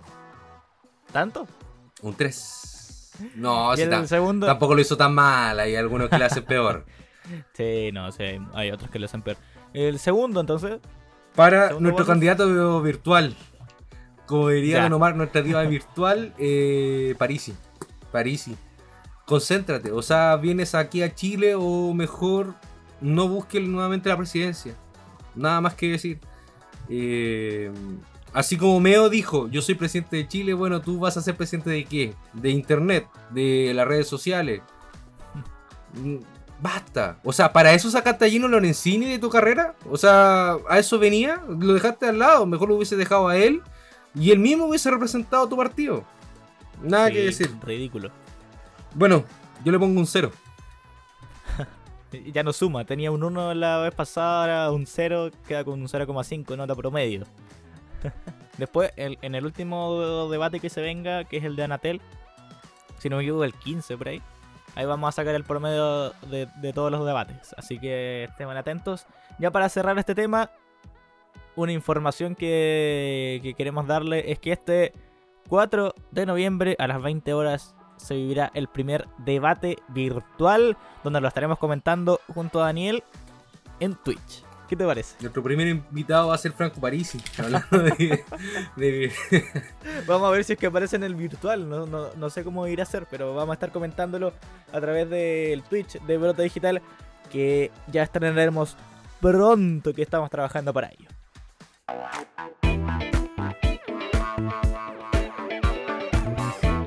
¿Tanto? Un tres. No, Y si el ta- segundo. tampoco lo hizo tan mal. Hay algunos que le hacen peor. Sí, no, sí, hay otros que lo hacen peor. El segundo, entonces. Para ¿Segundo nuestro bonus? candidato virtual. Como diría Ya. Don Omar, nuestra diva virtual, eh, Parisi. Parisi. Concéntrate. O sea, vienes aquí a Chile o mejor no busques nuevamente la presidencia. Nada más que decir. Eh, así como Meo dijo, yo soy presidente de Chile, bueno, tú vas a ser presidente de qué? De internet, de las redes sociales. Mm, Basta. O sea, ¿para eso sacaste a Gino Lorenzini de tu carrera? O sea, ¿a eso venía? Lo dejaste al lado. Mejor lo hubiese dejado a él y él mismo hubiese representado tu partido. Nada sí, que decir. Ridículo. Bueno, yo le pongo un cero. Ya no suma, tenía un uno la vez pasada, ahora un cero, queda con un cero coma cinco nota promedio. Después, el- en el último debate que se venga, que es el de Anatel, si no me equivoco, el quince por ahí, ahí vamos a sacar el promedio de, de todos los debates. Así que estén atentos. Ya para cerrar este tema, una información que, que queremos darle es que este cuatro de noviembre a las veinte horas se vivirá el primer debate virtual, donde lo estaremos comentando junto a Daniel en Twitch. ¿Qué te parece? Nuestro primer invitado va a ser Franco Parisi. Hablando de, de- Vamos a ver si es que aparece en el virtual, no, no, no sé cómo irá a ser, pero vamos a estar comentándolo a través del Twitch de Brota Digital, que ya estrenaremos pronto, que estamos trabajando para ello.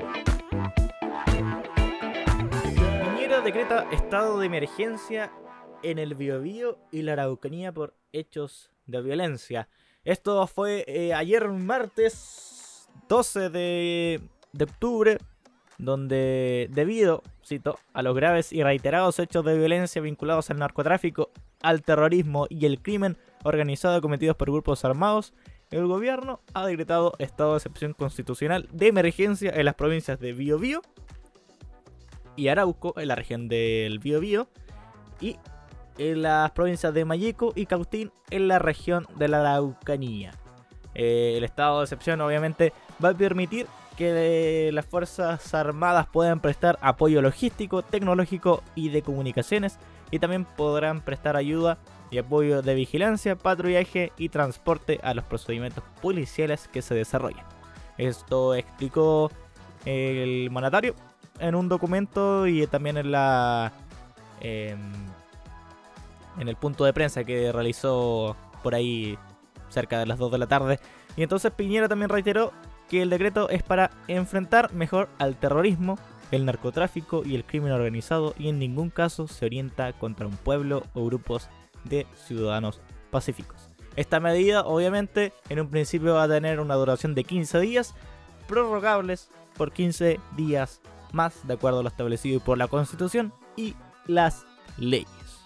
Piñera decreta estado de emergencia en el Biobío y la Araucanía por hechos de violencia. Esto fue eh, ayer martes doce de, de octubre, donde debido, cito, a los graves y reiterados hechos de violencia vinculados al narcotráfico, al terrorismo y el crimen organizado cometidos por grupos armados, el gobierno ha decretado estado de excepción constitucional de emergencia en las provincias de Biobío y Arauco, en la región del Biobío, y en las provincias de Malleco y Cautín, en la región de la Araucanía. Eh, el estado de excepción obviamente va a permitir que las Fuerzas Armadas puedan prestar apoyo logístico, tecnológico y de comunicaciones, y también podrán prestar ayuda y apoyo de vigilancia, patrullaje y transporte a los procedimientos policiales que se desarrollan. Esto explicó el mandatario en un documento y también en la eh, en el punto de prensa que realizó por ahí cerca de las dos de la tarde. Y entonces Piñera también reiteró que el decreto es para enfrentar mejor al terrorismo, el narcotráfico y el crimen organizado, y en ningún caso se orienta contra un pueblo o grupos de ciudadanos pacíficos. Esta medida obviamente en un principio va a tener una duración de quince días, prorrogables por quince días más, de acuerdo a lo establecido por la Constitución y las leyes.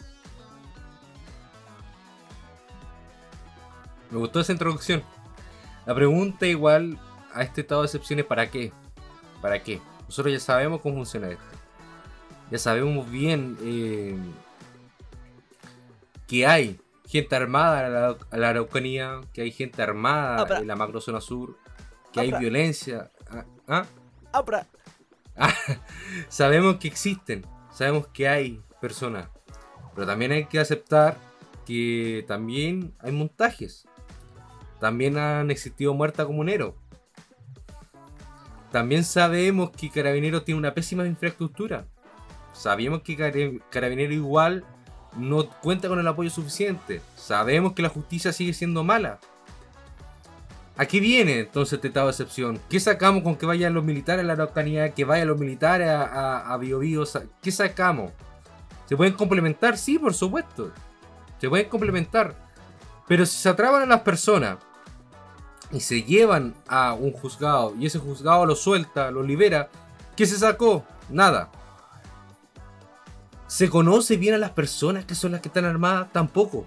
Me gustó esa introducción. La pregunta igual a este estado de excepción es ¿para qué? ¿Para qué? Nosotros ya sabemos cómo funciona esto. Ya sabemos bien eh, que hay gente armada en la, en la Araucanía, que hay gente armada Apra. en la macrozona sur, que Apra. hay violencia. ¿Ah? ¿Ah? ¡Apra! Sabemos que existen, sabemos que hay personas, pero también hay que aceptar que también hay montajes. También han existido muertas comuneros. También sabemos que Carabineros tiene una pésima infraestructura. Sabemos que Carabineros igual no cuenta con el apoyo suficiente. Sabemos que la justicia sigue siendo mala. ¿A qué viene entonces este estado de excepción? ¿Qué sacamos con que vayan los militares a la Araucanía? Que vayan los militares a, a, a Biobío. ¿Qué sacamos? ¿Se pueden complementar? Sí, por supuesto. Se pueden complementar. Pero si se atrapan a las personas y se llevan a un juzgado y ese juzgado lo suelta, lo libera, ¿qué se sacó? Nada. ¿Se conoce bien a las personas que son las que están armadas? Tampoco.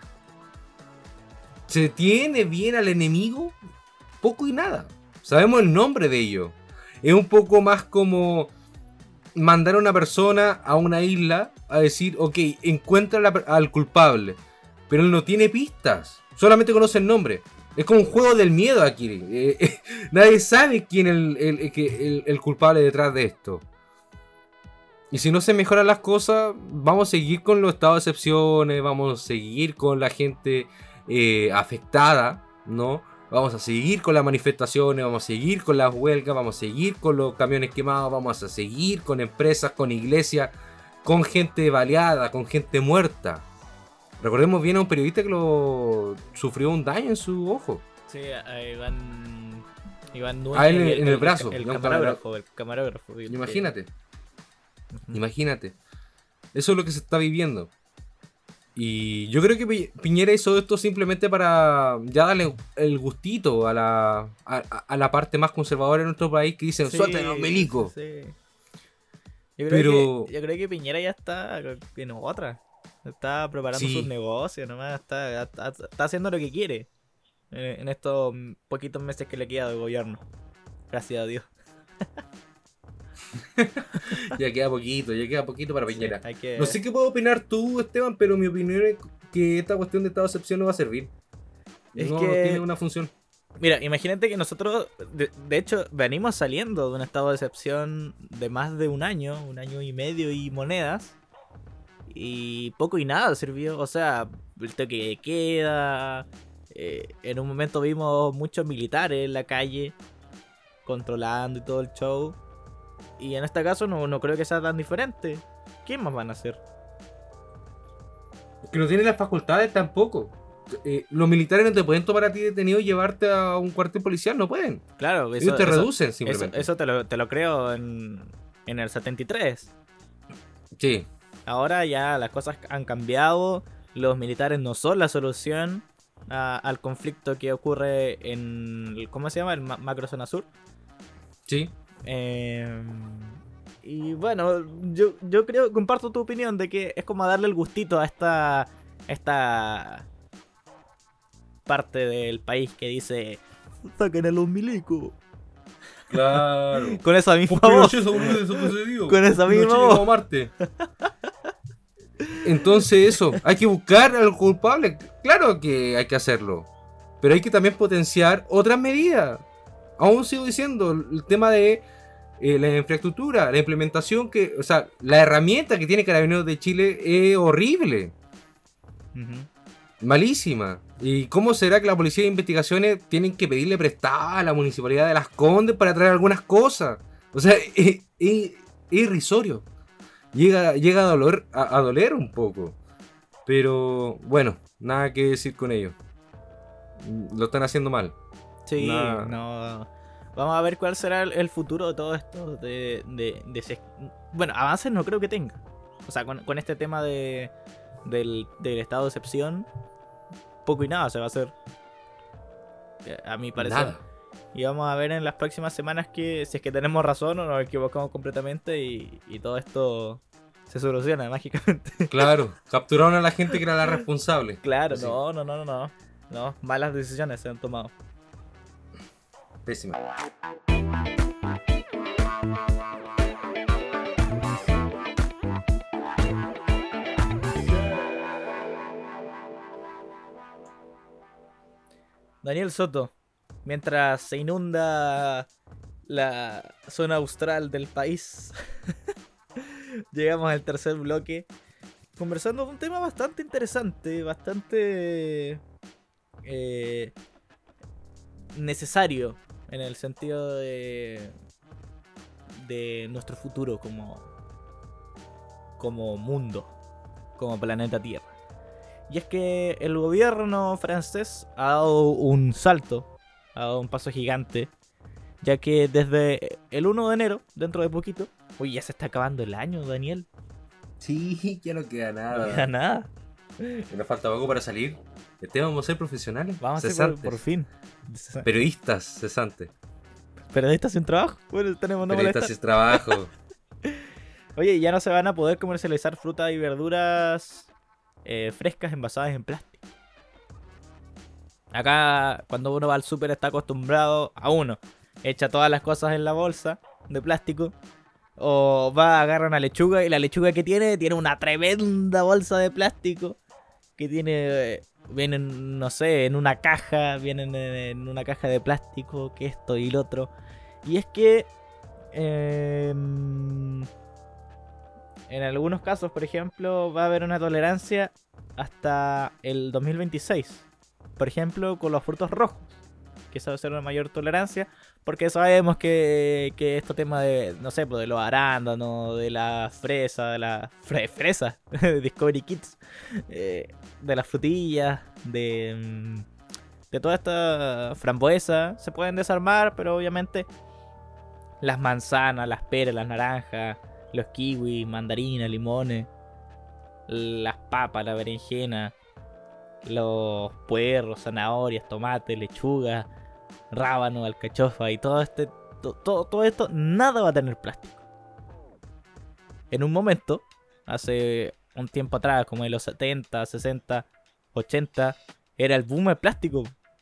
¿Se tiene bien al enemigo? Poco y nada. Sabemos el nombre de ellos. Es un poco más como mandar a una persona a una isla a decir, ok, encuentra la, al culpable, pero él no tiene pistas, solamente conoce el nombre. Es como un juego del miedo aquí. Eh, eh, nadie sabe quién es el, el, el, el, el culpable detrás de esto. Y si no se mejoran las cosas, vamos a seguir con los estados de excepciones, vamos a seguir con la gente eh, afectada, ¿no? Vamos a seguir con las manifestaciones, vamos a seguir con las huelgas, vamos a seguir con los camiones quemados, vamos a seguir con empresas, con iglesias, con gente baleada, con gente muerta. Recordemos bien a un periodista que lo sufrió un daño en su ojo. Sí, a Iván, Iván Núñez. Ah, en, el, en el, el brazo. El, el no, camarógrafo, el camarógrafo. Imagínate. Uh-huh. Imagínate. Eso es lo que se está viviendo. Y yo creo que Piñera hizo esto simplemente para ya darle el gustito a la, a, a la parte más conservadora de nuestro país que dicen, sí, suéltenos, milico. Sí, sí. Yo creo Pero que, yo creo que Piñera ya está en otra. Está preparando sí. sus negocios, nomás está, está, está haciendo lo que quiere en, en estos poquitos meses que le queda de gobierno. Gracias a Dios. Ya queda poquito, ya queda poquito para Piñera. Sí, que... No sé qué puedo opinar tú, Esteban, pero mi opinión es que esta cuestión de estado de excepción no va a servir. Es no, que... no tiene una función. Mira, imagínate que nosotros, de, de hecho, venimos saliendo de un estado de excepción de más de un año, un año y medio y monedas. Y poco y nada sirvió. O sea, el toque de queda. Eh, en un momento vimos muchos militares en la calle controlando y todo el show. Y en este caso no, no creo que sea tan diferente. ¿Qué más van a hacer? Que no tienen las facultades tampoco. Eh, los militares no te pueden tomar a ti detenido y llevarte a un cuartel policial, no pueden. Claro, eso, ellos te eso, reducen simplemente. Eso, eso te, lo, te lo creo en, en el setenta y tres. Sí. Ahora ya las cosas han cambiado, los militares no son la solución a- al conflicto que ocurre en, el- ¿cómo se llama? El ma- macrozona sur. Sí. Eh, y bueno, yo, yo creo, comparto tu opinión de que es como darle el gustito a esta, esta parte del país que dice, saquen a los milicos. Claro. Con esa misma Pues voz. Pinochet, boludo, eso que se dio. Con esa misma Pinochet voz. llegó a Marte. Entonces eso, hay que buscar al culpable. Claro que hay que hacerlo. Pero hay que también potenciar otras medidas. Aún sigo diciendo, el tema de eh, la infraestructura, la implementación que, o sea, la herramienta que tiene Carabineros de Chile es horrible. Ujú. Malísima. ¿Y cómo será que la policía de investigaciones tienen que pedirle prestada a la municipalidad de Las Condes para traer algunas cosas? O sea, es, es- es irrisorio. Llega, llega a, doler, a, a doler un poco. Pero bueno, nada que decir con ello. Lo están haciendo mal. Sí, Nada. no. Vamos a ver cuál será el, el futuro de todo esto. De, de, de ese- bueno, avances no creo que tenga. O sea, con, con este tema de, del, del estado de excepción, poco y nada se va a hacer. Eh, A mi parecer. Nada. Y vamos a ver en las próximas semanas que si es que tenemos razón o nos equivocamos completamente y, y todo esto se soluciona mágicamente. Claro, capturaron a la gente que era la responsable. Claro, Sí. no, no, no, no, no. No, malas decisiones se han tomado. Pésima. Daniel Soto, mientras se inunda la zona austral del país, llegamos al tercer bloque conversando de un tema bastante interesante, bastante eh, necesario en el sentido de, de nuestro futuro como, como mundo, como planeta Tierra. Y es que el gobierno francés ha dado un salto, ha dado un paso gigante, ya que desde el uno de enero, dentro de poquito, uy, ya se está acabando el año, Daniel. Sí, ya no queda No nada. queda nada. Y nos falta poco para salir. Este vamos a ser profesionales. Vamos a hacer cesantes. por, por fin. Periodistas cesantes. Periodistas sin trabajo. Bueno, tenemos no Periodistas molestar. sin trabajo. Oye, ya no se van a poder comercializar frutas y verduras eh, frescas envasadas en plástico. Acá, cuando uno va al súper, está acostumbrado a uno. Echa todas las cosas en la bolsa de plástico. O va, agarra una lechuga y la lechuga que tiene, tiene una tremenda bolsa de plástico. Que tiene, eh, vienen, no sé, en una caja, vienen en, en una caja de plástico, que esto y lo otro. Y es que... Eh, en algunos casos, por ejemplo, va a haber una tolerancia hasta el dos mil veintiséis. Por ejemplo, con los frutos rojos, que esa va a ser una mayor tolerancia, porque sabemos que, que este tema de, no sé, pues de los arándanos, de la fresa, de la fre fresa, de Discovery Kids, eh, de las frutillas, de, mm, de toda esta frambuesa, se pueden desarmar, pero obviamente las manzanas, las peras, las naranjas, los kiwis, mandarinas, limones, las papas, la berenjena, los puerros, zanahorias, tomates, lechuga, rábano, alcachofa y todo este to- todo, todo esto, nada va a tener plástico. En un momento, hace un tiempo atrás, como en los setenta, sesenta, ochenta, era el boom del plástico.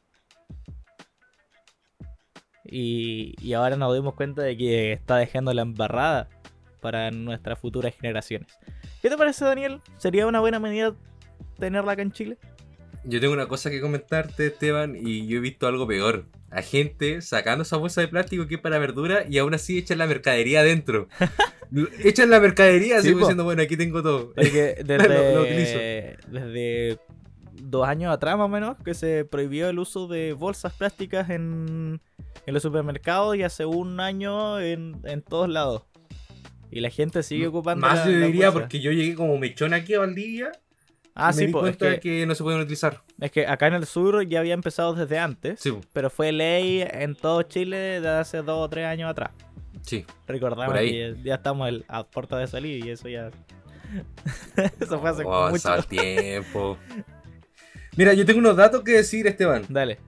Y, y ahora nos dimos cuenta de que está dejando la embarrada para nuestras futuras generaciones. ¿Qué te parece, Daniel? ¿Sería una buena medida tenerla acá en Chile? Yo tengo una cosa que comentarte, Esteban, y yo he visto algo peor. A gente sacando esa bolsa de plástico que es para verdura y aún así echan la mercadería adentro. Echan la mercadería, Sí, así po. diciendo, bueno, aquí tengo todo. Porque Lo- lo desde, desde dos años atrás más o menos que se prohibió el uso de bolsas plásticas en, en los supermercados y hace un año en, en todos lados. Y la gente sigue ocupando Más la- yo la diría bolsa. porque yo llegué como mechón aquí a Valdivia Ah, y me sí, di po, es cuenta que, que... no se pueden utilizar. es que acá en el sur ya había empezado desde antes, Sí, po. pero fue ley en todo Chile de hace dos o tres años atrás. Sí. Recordamos Por ahí. que ya estamos el- a puerta de salir y eso ya Eso fue hace Oh, mucho. avanzaba el tiempo. Mira, yo tengo unos datos que decir, Esteban. Dale.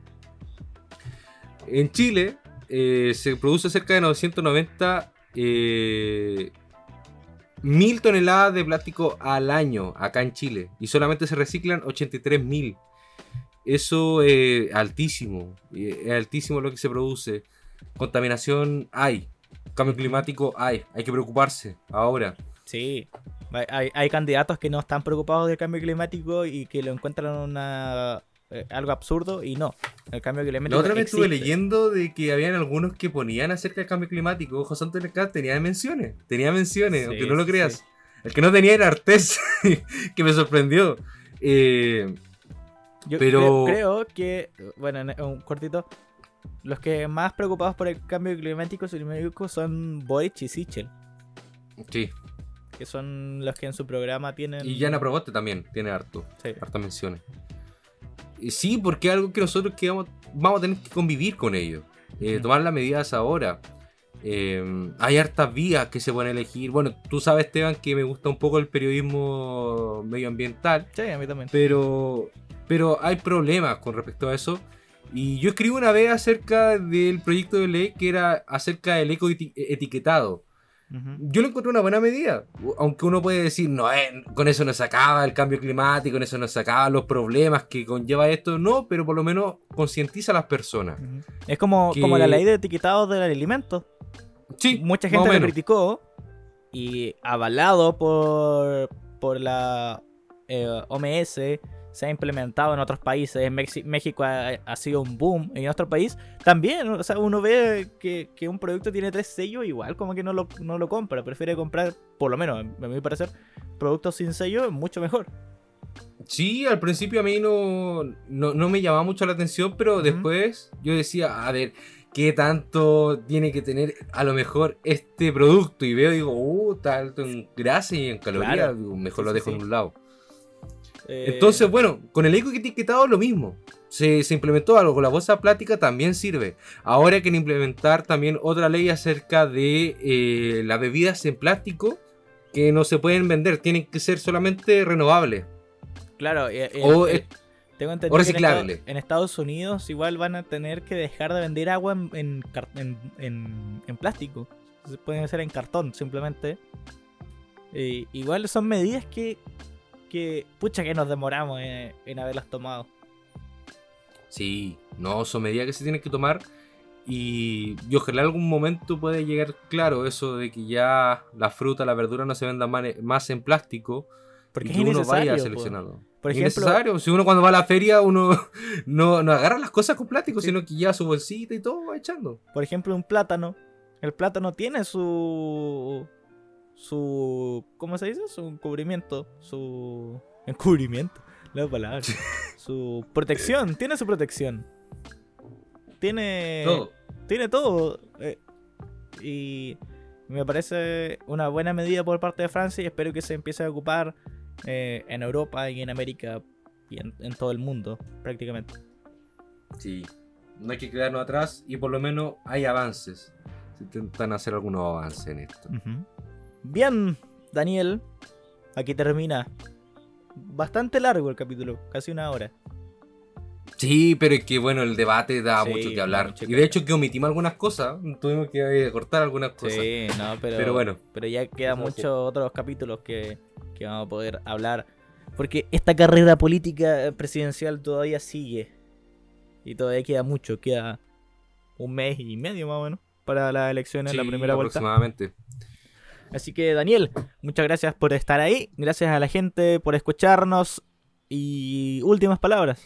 En Chile eh, se produce cerca de novecientos noventa eh, mil toneladas de plástico al año acá en Chile. Y solamente se reciclan ochenta y tres mil. Eso es altísimo. Es altísimo lo que se produce. Contaminación hay. Cambio climático hay. Hay que preocuparse ahora. Sí. Hay, hay, hay candidatos que no están preocupados del cambio climático y que lo encuentran una, eh, algo absurdo y no. El cambio climático La otra vez estuve existe. leyendo de que habían algunos que ponían acerca del cambio climático. José Antonio Caz tenía menciones. Tenía menciones, Sí, aunque no lo sí, creas. sí. El que no tenía era Artés, que me sorprendió. Eh, Yo Pero- creo, creo que, bueno, en- un cortito, los que más preocupados por el cambio climático climático son Boric y Sichel, sí. que son los que en su programa tienen... Y Yana Proboste también tiene harto. Sí. Hartas menciones. Y sí, porque es algo que nosotros que vamos, vamos a tener que convivir con ellos. Eh, Ujú. tomar las medidas ahora. Eh, hay hartas vías que se pueden elegir. Bueno, tú sabes, Esteban, que me gusta un poco el periodismo medioambiental. Sí, a mí también. Pero, pero hay problemas con respecto a eso. Y yo escribí una vez acerca del proyecto de ley que era acerca del eco eti- etiquetado. Ujú. Yo lo encontré una buena medida. Aunque uno puede decir, no, eh, con eso no se acaba el cambio climático, con eso no se acaban los problemas que conlleva esto. No, pero por lo menos concientiza a las personas. Ujú. Es como, Que- como la ley de etiquetado del alimento. Sí, Mucha más gente o lo menos. criticó y avalado por, por la eh, O M S, se ha implementado en otros países. En Mexi- México ha, ha sido un boom. En otro país también. O sea, uno ve que, que un producto tiene tres sellos, igual como que no lo, no lo compra. Prefiere comprar, por lo menos a mi parecer, productos sin sello, mucho mejor. Sí, al principio a mí no, no, no me llamaba mucho la atención, pero Ujú. después yo decía, a ver, ¿qué tanto tiene que tener a lo mejor este producto? Y veo, digo, uh, está alto en grasa y en calorías, Claro. digo, mejor Sí, lo sí, dejo sí. en un lado. Eh, Entonces, bueno, con el eco etiquetado lo mismo. Se, se implementó algo, con la bolsa plástica también sirve. Ahora hay que implementar también otra ley acerca de eh, las bebidas en plástico que no se pueden vender, tienen que ser solamente renovables. Claro, eh, eh, O, eh, eh, tengo entendido o que en reciclable. Estados, en Estados Unidos igual van a tener que dejar de vender agua en, en, car- en, en- en plástico. Se pueden hacer en cartón, simplemente. Eh, igual son medidas que, que, pucha, que nos demoramos en, en haberlas tomado. Sí, no, son medidas que se tienen que tomar y, y ojalá algún momento pueda llegar claro eso de que ya la fruta, la verdura no se vendan mane- más en plástico Porque y es que uno vaya innecesario. po. seleccionando. Por Es ejemplo, innecesario, si uno cuando va a la feria uno no, no agarra las cosas con plástico, Sí. sino que lleva su bolsita y todo va echando. por ejemplo, un plátano. El plátano tiene su... Su... ¿Cómo se dice? Su cubrimiento. Su... Encubrimiento. La palabra. Su protección. Tiene su protección. Tiene... Todo. Tiene todo. eh, y me parece una buena medida por parte de Francia y espero que se empiece a ocupar eh, en Europa y en América y en, en todo el mundo, prácticamente. Sí, no hay que quedarnos atrás y por lo menos hay avances. Se intentan hacer algunos avances en esto. Ujú. Bien, Daniel, aquí termina. Bastante largo el capítulo, casi una hora. Sí, pero es que bueno, el debate da Sí, mucho que hablar. mucho Y que de hecho que omitimos algunas cosas, tuvimos que eh, cortar algunas cosas. Sí, no, pero, Pero bueno. pero ya quedan Eso sí. muchos otros capítulos que, que vamos a poder hablar. Porque esta carrera política presidencial todavía sigue. Y todavía queda mucho, queda un mes y medio más o menos para las elecciones, la Sí, primera vuelta. aproximadamente. Así que Daniel, muchas gracias por estar ahí. Gracias a la gente por escucharnos. Y últimas palabras.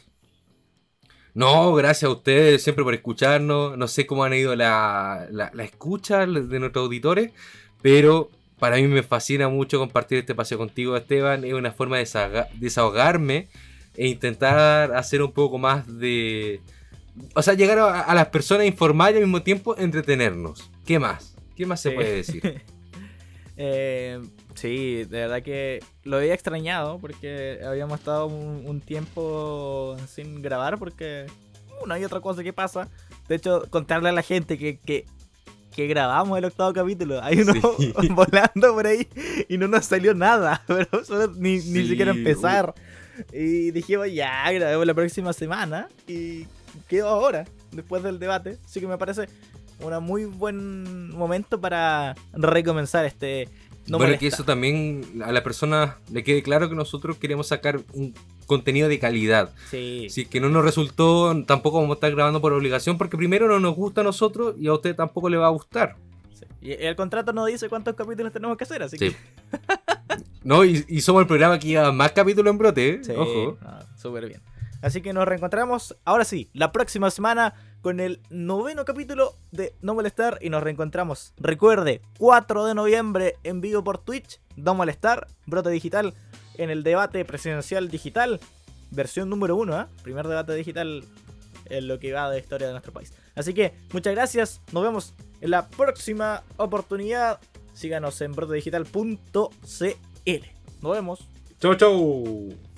No, gracias a ustedes siempre por escucharnos. No sé cómo han ido la, la, la escucha de nuestros auditores, pero para mí me fascina mucho compartir este paseo contigo, Esteban. Es una forma de desahoga- desahogarme e intentar hacer un poco más de... O sea, llegar a, a las personas, informar y al mismo tiempo entretenernos. ¿Qué más? ¿Qué más se Sí. puede decir? Eh, sí, de verdad que lo había extrañado porque habíamos estado un, un tiempo sin grabar porque una y otra cosa que pasa. De hecho, contarle a la gente que, que que grabamos el octavo capítulo. Hay uno Sí. volando por ahí y no nos salió nada, pero solo ni, Sí, ni siquiera empezar. Y dijimos, ya, grabemos la próxima semana y quedó ahora, después del debate. Así que me parece un muy buen momento para recomenzar este... No bueno, molesta. que eso también a la persona le quede claro que nosotros queremos sacar un contenido de calidad. Sí. Si es que no nos resultó, tampoco vamos a estar grabando por obligación, porque primero no nos gusta a nosotros y a usted tampoco le va a gustar. Sí. Y el contrato no dice cuántos capítulos tenemos que hacer, así Sí. que... No, y, y somos el programa que lleva más capítulos en brote, ¿eh? Sí, Ojo. no, súper bien. Así que nos reencontramos, ahora sí, la próxima semana con el noveno capítulo de No Molestar y nos reencontramos. Recuerde, cuatro de noviembre en vivo por Twitch, No Molestar, Brote Digital, en el debate presidencial digital, versión número uno, ¿eh? Primer debate digital en lo que va de historia de nuestro país. Así que, muchas gracias, nos vemos en la próxima oportunidad. Síganos en brote digital punto c l. Nos vemos. Chau, chau.